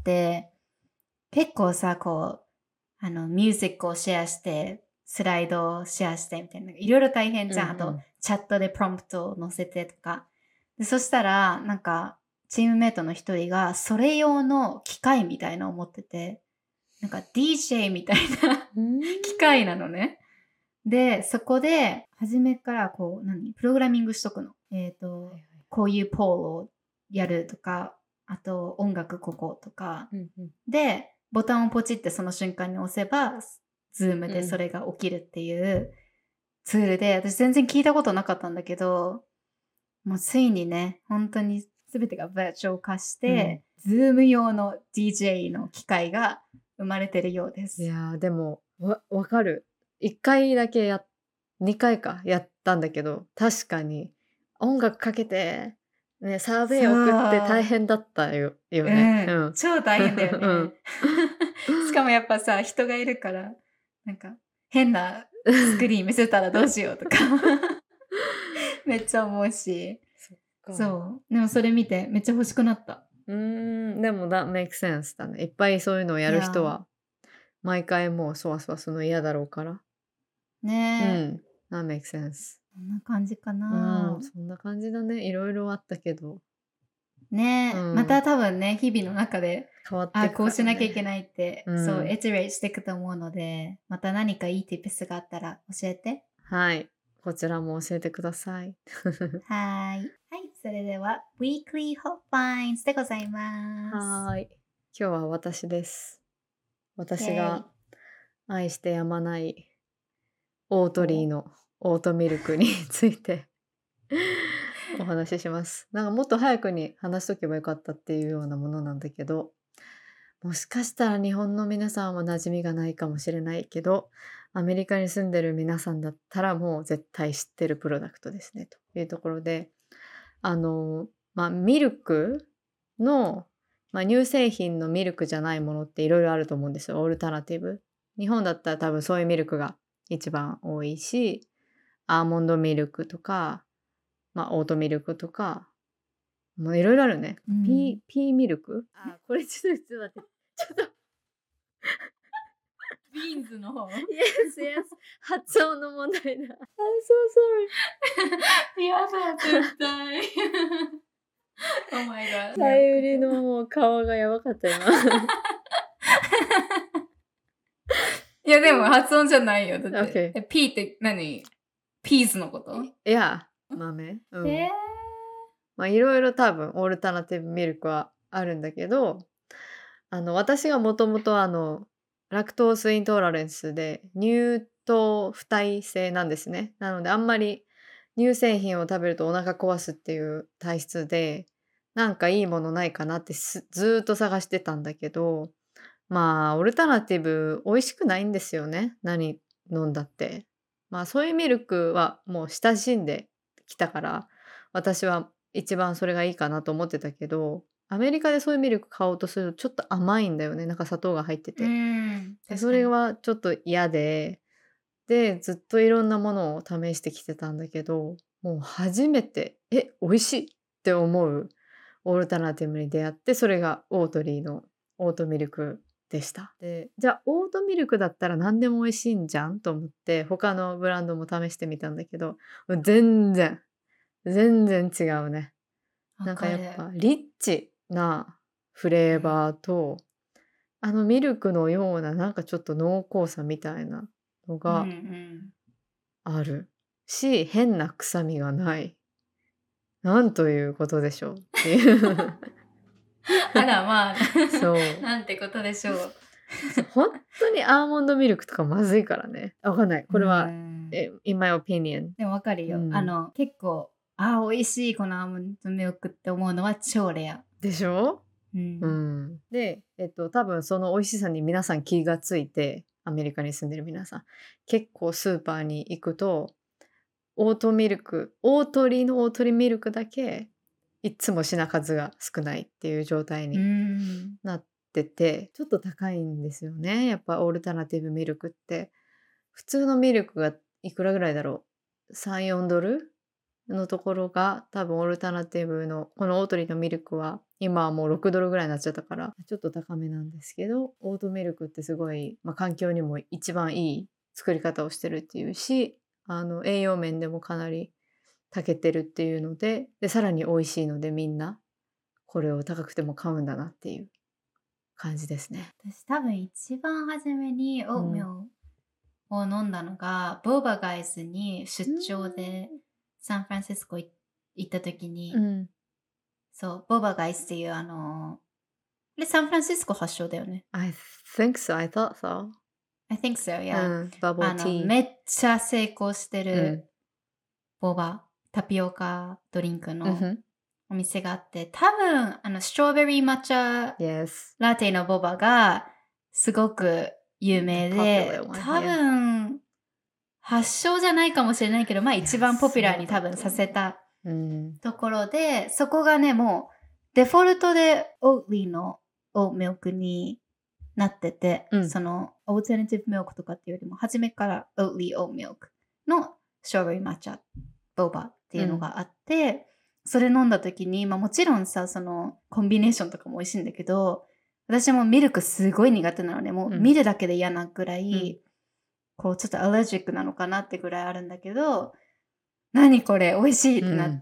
結構さ、こう、ミュージックをシェアして、スライドをシェアしてみたいな。いろいろ大変じゃん。あと、チャットでプロンプトを載せてとか。でそしたら、なんか、チームメイトの一人が、それ用の機械みたいなのを持ってて、なんか DJ みたいな機械なのね。で、そこで、初めからこう、プログラミングしとくの。こういうポールをやるとか、あと音楽こことか。で、ボタンをポチってその瞬間に押せば、ズームでそれが起きるっていうツールで、私全然聞いたことなかったんだけど、もうついにね、本当に全てがバーチャル化して、ズーム用の DJ の機械が生まれてるようです。 いやー、でも、わかる。1回だけ2回かやったんだけど、確かに音楽かけて、ね、サーベイ送って大変だったよね。 超大変だよね。 しかもやっぱさ、人がいるから、なんか変なスクリーン見せたらどうしようとかめっちゃ思うし。 そっか。 そう。でもそれ見てめっちゃ欲しくなった。 でもthat makes sense だね。いっぱいそういうのをやる人は、毎回もうそわそわするの嫌だろうから。 ねえ。 that makes sense。 そんな感じかな。 そんな感じだね。いろいろあったけど。 ねえ、また多分ね、日々の中で、 変わっていくからね。 こうしなきゃいけないって、そう、 うんエテレートしていくと思うので、また何かいい tips があったら教えて。 はい。こちらも教えてください。 はい。はい、それでは Weekly Hot Finds でございます。 はい。今日は私です。私が愛してやまないオートリーのオートミルクについてお話しします。なんかもっと早くに話しとけばよかったっていうようなものなんだけど、もしかしたら日本の皆さんは馴染みがないかもしれないけど、アメリカに住んでる皆さんだったらもう絶対知ってるプロダクトですねというところで、ミルクの、乳製品のミルクじゃないものっていろいろあると思うんですよ。オルタナティブ。日本だったら多分そういうミルクが一番多いし、アーモンドミルクとか、オートミルクとか、もういろいろあるね。ピーミルク？これちょっと待って。ちょっと。 ビーンズの方。 Yes. 発音の問題だ。I'm so sorry. やだ、絶対。Oh my god. さゆりのもう顔がやばかった今。 いやでも発音じゃないよ。だって。 Okay. P って何？ピーズのこと？ いや、豆。いろいろ多分オルタナティブミルクはあるんだけど、私がもともとラクトースイントーラレンスで乳糖不耐性なんですね。なのであんまり乳製品を食べるとお腹壊すっていう体質で、なんかいいものないかなってずーっと探してたんだけど、オルタナティブ美味しくないんですよね。何飲んだって。そういうミルクはもう親しんできたから、私は一番それがいいかなと思ってたけど、アメリカでそういうミルク買おうとするとちょっと甘いんだよね。なんか砂糖が入ってて。でそれはちょっと嫌で、ずっといろんなものを試してきてたんだけど、もう初めて、美味しいって思うオルタナティブに出会って、それがオートリーのオートミルクでした。で、じゃあオートミルクだったら何でも美味しいんじゃんと思って、他のブランドも試してみたんだけど、全然違うね。なんかやっぱリッチなフレーバーと、ミルクのようななんかちょっと濃厚さみたいなのがあるし、変な臭みがない。なんということでしょうっていう。 あらそう。 なんてことでしょう。 本当にアーモンドミルクとかまずいからね。わかんない。これは、in my opinion。 でもわかるよ。結構、美味しいこのアーモンドミルクって思うのは超レア。 でしょ？で、多分その美味しさに皆さん気がついて、アメリカに住んでる皆さん、結構スーパーに行くと、オートリーのオートリーミルクだけ、いつも品数が少ないっていう状態になってて、ちょっと高いんですよね。やっぱオルタナティブミルクって。普通のミルクがいくらぐらいだろう？ 3、4ドルのところが、多分オルタナティブのこのオートリーのミルクは今はもう6ドルぐらいになっちゃったからちょっと高めなんですけど、オートミルクってすごい、環境にも一番いい作り方をしてるっていうし、栄養面でもかなり長けてるっていうので、さらに美味しいので、みんなこれを高くても買うんだなっていう感じですね。 私多分一番初めにオートミルクを飲んだのが、ボーバガイズに出張でサンフランシスコ行った時に、そう、ボーバガイズっていうサンフランシスコ発祥だよね。 I think so. I thought so. I think so, yeah. Bubble tea. めっちゃ成功してるボバ、タピオカドリンクのお店があって、多分ストロベリー抹茶ラテのボバがすごく有名で、多分発祥じゃないかもしれないけど、一番ポピュラーに多分させたところで、そこがね、もうデフォルトでオートリーのオートミルクになってて、 うん。 そのオータナティブミルクとかっていうよりも初めからオーリーオーミルクのストロベリー抹茶ボーバっていうのがあって、それ飲んだ時に、もちろんさ、そのコンビネーションとかも美味しいんだけど、私もミルクすごい苦手なので、もう見るだけで嫌なぐらい、こうちょっとアレルジックなのかなってぐらいあるんだけど、何これ美味しいってなって、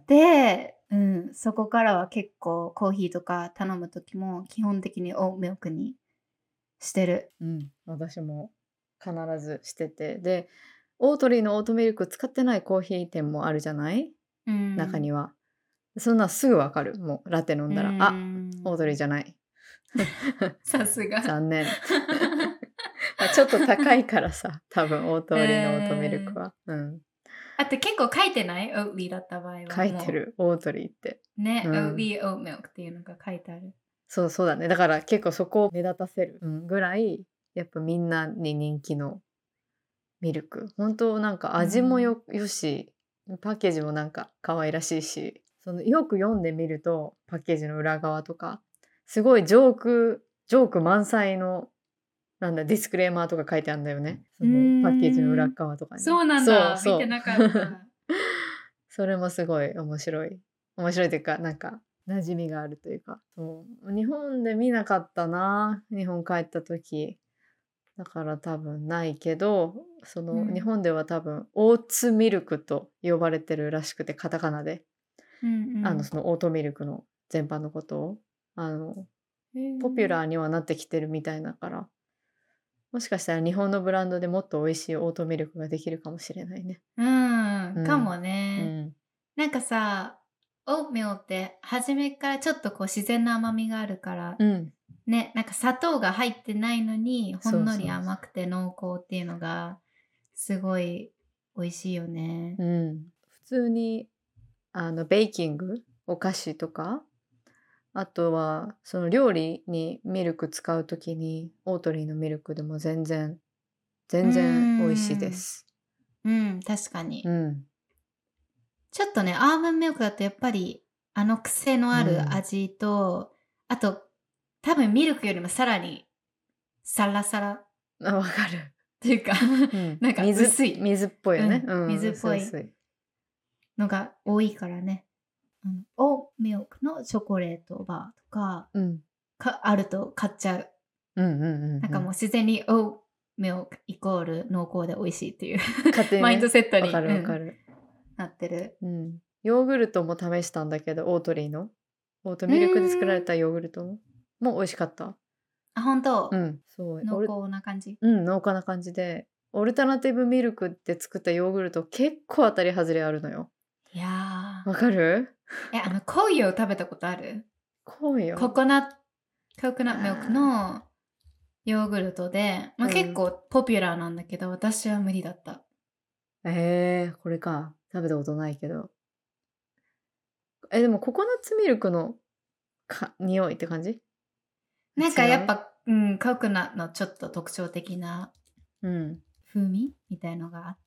そこからは結構コーヒーとか頼む時も基本的にオーミルクにしてる。 私も必ずしてて。で、オートリーのオートミルク使ってないコーヒー店もあるじゃない？中には。そんなすぐわかる。もうラテ飲んだら、オートリーじゃない。 さすが。 残念。ちょっと高いからさ、多分オートリーのオートミルクは。 あと結構書いてない？オートリーだった場合は。 書いてる、オートリーって。 ね、オートリーオーミルクっていうのが書いてある。 そうだね。だから結構そこを目立たせるぐらい、やっぱみんなに人気のミルク。本当なんか味もよし、パッケージもなんか可愛らしいし、よく読んでみると、パッケージの裏側とか、すごいジョーク満載のディスクレーマーとか書いてあるんだよね。そのパッケージの裏側とかに。 そうなんだ。見てなかった。 それもすごい面白い。面白いというか、なんか馴染みがあるというか。日本で見なかったな。日本帰った時。だから多分ないけど、日本では多分オーツミルクと呼ばれてるらしくて、カタカナで。そのオートミルクの全般のことを。ポピュラーにはなってきてるみたいだから。もしかしたら日本のブランドでもっと美味しいオートミルクができるかもしれないね。 かもね。なんかさ、オートミルクって初めからちょっとこう自然な甘みがあるから、ね、なんか砂糖が入ってないのにほんのり甘くて濃厚っていうのがすごい美味しいよね。 普通にベーキング、お菓子とか、あとはその料理にミルク使うときにオートリーのミルクでも全然美味しいです。 確かに。ちょっとね、アーモンドミルクだとやっぱり癖のある味と、あと多分ミルクよりもさらにサラサラ。 わかる。 っていうかなんか薄い。 水っぽいよね。 水っぽいのが多いからね。オーミルクのチョコレートバーとか、あると買っちゃう。なんかもう自然にオーミルクイコール濃厚で美味しいっていうマインドセットになってる。 ヨーグルトも試したんだけど、オートリーのオートミルクで作られたヨーグルトも美味しかった。 本当？ そう。 濃厚な感じ？ 濃厚な感じで、オルタナティブミルクで作ったヨーグルト結構当たり外れあるのよ。 いやわかる？ コイを食べたことある？ コココナットミルクのヨーグルトで、結構ポピュラーなんだけど、私は無理だった。 これか。食べたことないけど。でもココナッツミルクの匂いって感じ？ なんかやっぱ、ココナッツのちょっと特徴的な風味みたいのがあって、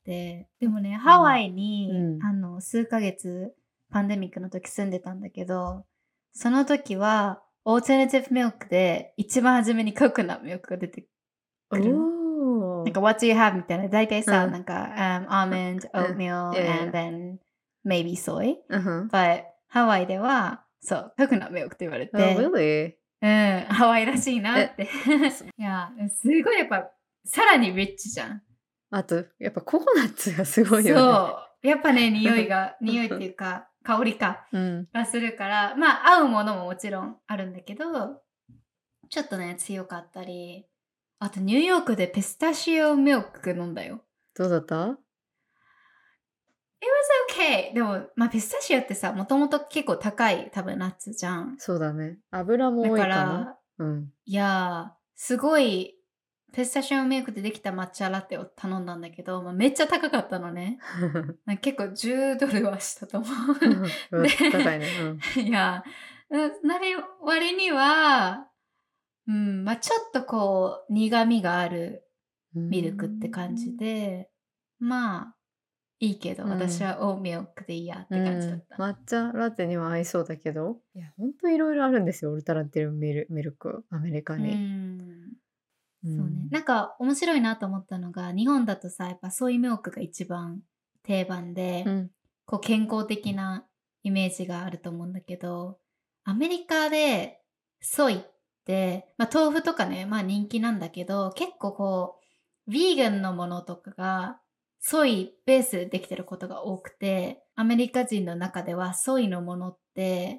でもね、ハワイに、数ヶ月パンデミックの時住んでたんだけど、その時はオータナティブミルクで一番初めにココナッツミルクが出てくる。なんか What do you have? みたいな。大体さ、なんか、almond, oatmeal, and then maybe soy. But ハワイでは、そう、ココナッツミルクって言われて。 really? ハワイらしいなって。いや、すごいやっぱ、さらにリッチじゃん。 あと、やっぱココナッツがすごいよね。 そう。やっぱね、匂いっていうか、香りか、がするから、合うものももちろんあるんだけど、ちょっとね、強かったり、あとニューヨークでピスタチオミルク飲んだよ。 どうだった？ It was okay. でも、ピスタチオってさ、もともと結構高い多分ナッツじゃん。 そうだね。油も多いかな。 いやすごい、ピスタチオミルクでできた抹茶ラテを頼んだんだけど、めっちゃ高かったのね。結構$10はしたと思う。で高いね。 いや、割には、ちょっとこう、苦味があるミルクって感じで、いいけど、私はオーミルクでいいやって感じだった。 抹茶ラテには合いそうだけど、いや、ほんといろいろあるんですよ、オルタナティブミルク、アメリカに。 そうね。なんか面白いなと思ったのが、日本だとさ、やっぱソイミルクが一番定番で、こう健康的なイメージがあると思うんだけど、アメリカでソイって、まあ豆腐とかね、まあ人気なんだけど、結構こう、ヴィーガンのものとかがソイベースでできてることが多くて、アメリカ人の中ではソイのものって、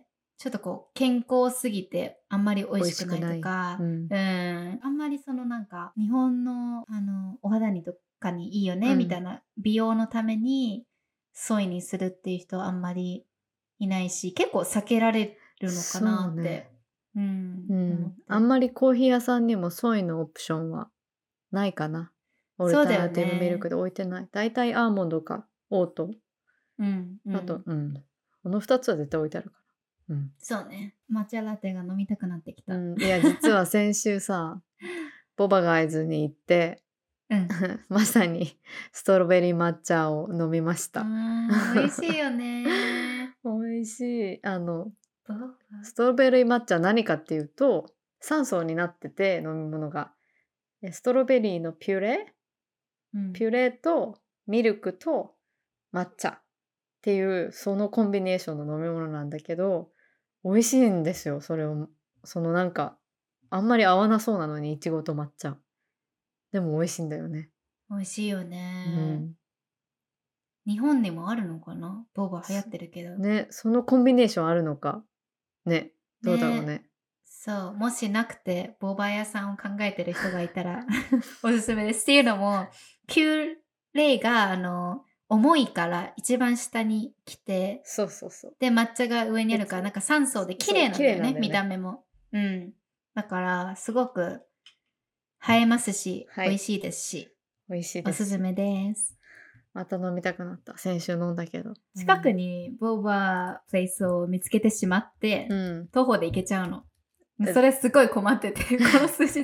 ちょっとこう健康すぎてあんまり美味しくないとか、あんまりそのなんか日本のお肌にとかにいいよね、みたいな美容のためにソイにするっていう人はあんまりいないし、結構避けられるのかなって。 あんまりコーヒー屋さんにもソイのオプションはないかな。オルタナティブミルクで置いてない。だいたいアーモンドかオート。あと、この2つは絶対置いてあるから。 そうね。抹茶ラテが飲みたくなってきた。 いや、実は先週さ、ボバガイズに行って、まさにストロベリー抹茶を飲みました。 美味しいよね。 美味しい。ストロベリー抹茶何かっていうと、3層になってて飲み物が。ストロベリーのピュレとミルクと抹茶っていうそのコンビネーションの飲み物なんだけど、美味しいんですよ。そのなんかあんまり合わなそうなのに、いちごと抹茶。でも美味しいんだよね。 美味しいよね。日本にもあるのかな？ボバ流行ってるけど。 ね、そのコンビネーションあるのか。ね、どうだろうね。 そう、もしなくて、ボバ屋さんを考えてる人がいたらおすすめです。っていうのも、ピューレが重いから一番下に来て、 そうそうそう。 で、抹茶が上にあるから、なんか3層で綺麗なんだよね、見た目も。だから、すごく映えますし、美味しいですし。 美味しいです。 おすすめです。 また飲みたくなった。先週飲んだけど。 近くにボバプレイスを見つけてしまって、徒歩で行けちゃうの。それすごい困ってて、この数日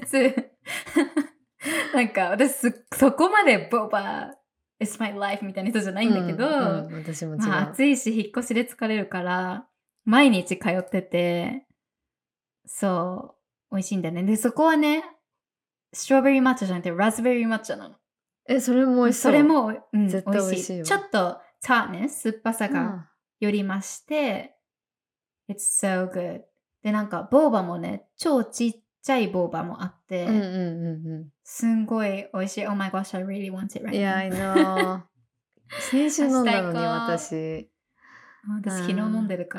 なんか私そこまでボバ is my life みたいな人じゃないんだけど、 私も違う。 まあ暑いし引っ越しで疲れるから毎日通ってて、そう美味しいんだよね。でそこはね、ストロベリー抹茶じゃなくてラズベリー抹茶なの。 それも美味しそう。 それも、 絶対美味しいよ。 ちょっと酸っぱさがより増して、It's so good。で、なんか、ボーバもね、超ちっちゃいボーバもあって、すんごい美味しい。Oh my gosh, I really want it right now. Yeah, I know. 先週飲んだのに私。 私昨日飲んでるから。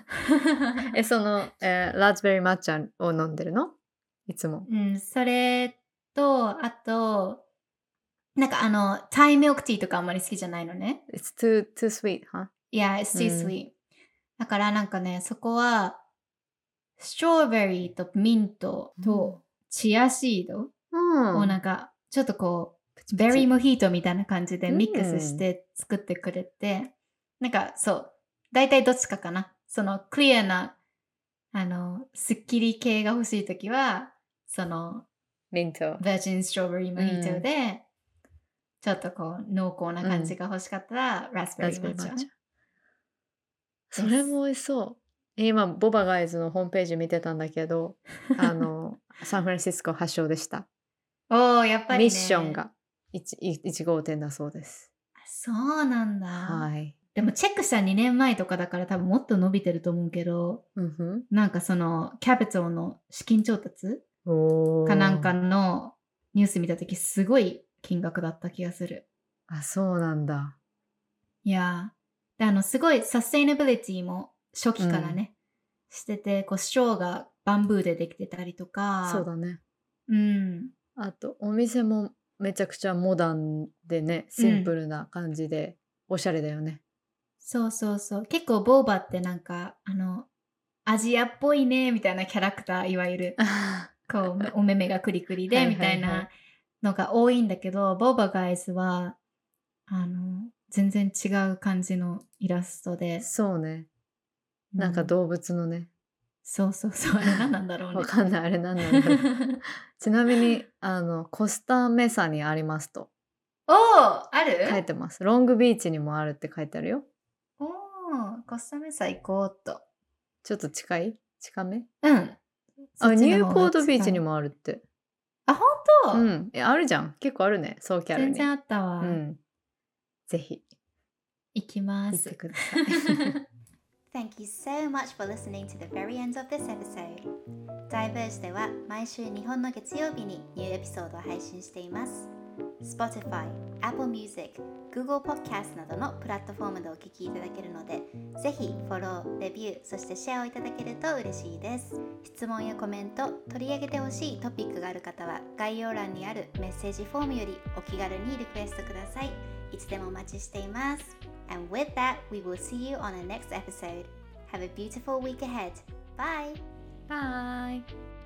その、ラズベリー抹茶を飲んでるの？いつも。 それと、あと、なんかタイミルクティーとかあんまり好きじゃないのね。 It's too sweet, huh? Yeah, it's too sweet. だからなんかね、そこは、ストロベリーとミントとチアシードをなんか、ちょっとこう、ベリーモヒートみたいな感じでミックスして作ってくれて、なんかそう、だいたいどっちかかな。そのクリアな、スッキリ系が欲しいときは、その、 ミント。 バージンストロベリーモヒートで、ちょっとこう、濃厚な感じが欲しかったら、ラズベリー抹茶。 それも美味しそう。今、ボバガイズのホームページ見てたんだけど、サンフランシスコ発祥でした。 やっぱりね。 ミッションが 1号店だそうです。 そうなんだ。 はい。 でもチェックした2年前とかだから多分もっと伸びてると思うけど、なんかそのキャピトルの資金調達かなんかのニュース見たときすごい金額だった気がする。 あ、そうなんだ。 いやー。ですごいサステイナビリティも初期からね、してて、こう、ショーがバンブーでできてたりとか。 そうだね。あと、お店もめちゃくちゃモダンでね、シンプルな感じで、おしゃれだよね。 そうそうそう。結構、ボーバってなんか、アジアっぽいね、みたいなキャラクター、いわゆる。こう、お目目がクリクリで、みたいなのが多いんだけど、ボーバガイズは、全然違う感じのイラストで。 そうね。なんか動物のね。 そうそうそう。あれ何なんだろうね。 わかんない。あれ何なんだろう。ちなみに、コスタメサにありますと。 ある？ 書いてます。ロングビーチにもあるって書いてあるよ。 コスタメサ行こうと。 ちょっと近め？ ニューポートビーチにもあるって。 あ、本当？ うん。あるじゃん。結構あるね。ソーキャルに。 全然あったわ。 うん。ぜひ行きま行ってす。 ください。 Thank you so much for listening to the very end of this episode. Diverge では毎週日本の月曜日にニューエピソードを配信しています。Spotify、Apple Music、Google Podcast などのプラットフォームでお聞きいただけるので、ぜひフォロー、レビュー、そしてシェアをいただけると嬉しいです。質問やコメント、取り上げてほしいトピックがある方は、概要欄にあるメッセージフォームよりお気軽にリクエストください。いつでもお待ちしています。And with that, we will see you on the next episode. Have a beautiful week ahead. Bye! Bye!